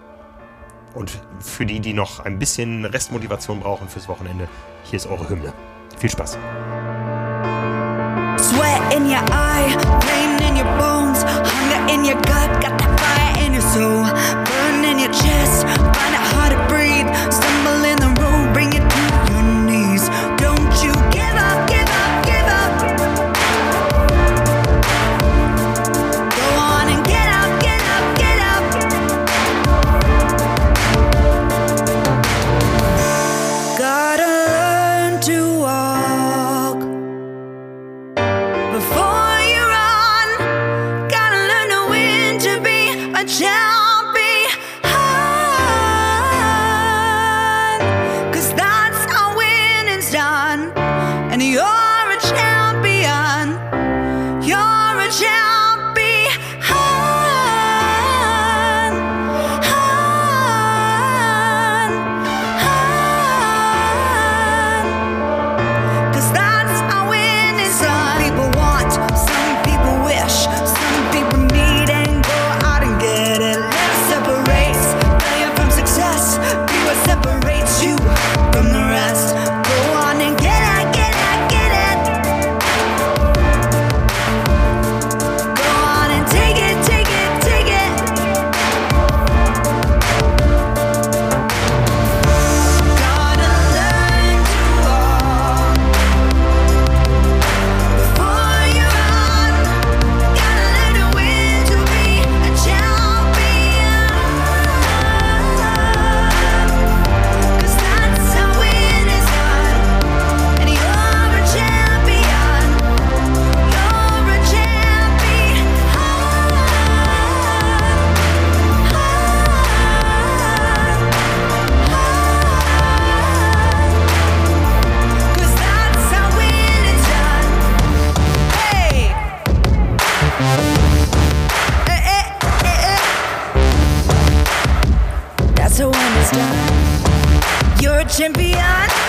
Und für die, die noch ein bisschen Restmotivation brauchen fürs Wochenende, hier ist eure Hymne. Viel Spaß. Sweat in your eye, pain in your bones, hunger in your gut, got that fire in your soul, burn in your chest, find it hard to breathe, stumble in the road, bring it to your knees. Don't you give up, give up, give up. Go on and get up, get up, get up. Gotta learn to walk before you run. Gotta learn to win to be a champion. Cause that's how winning's done. And you're a champion. champion.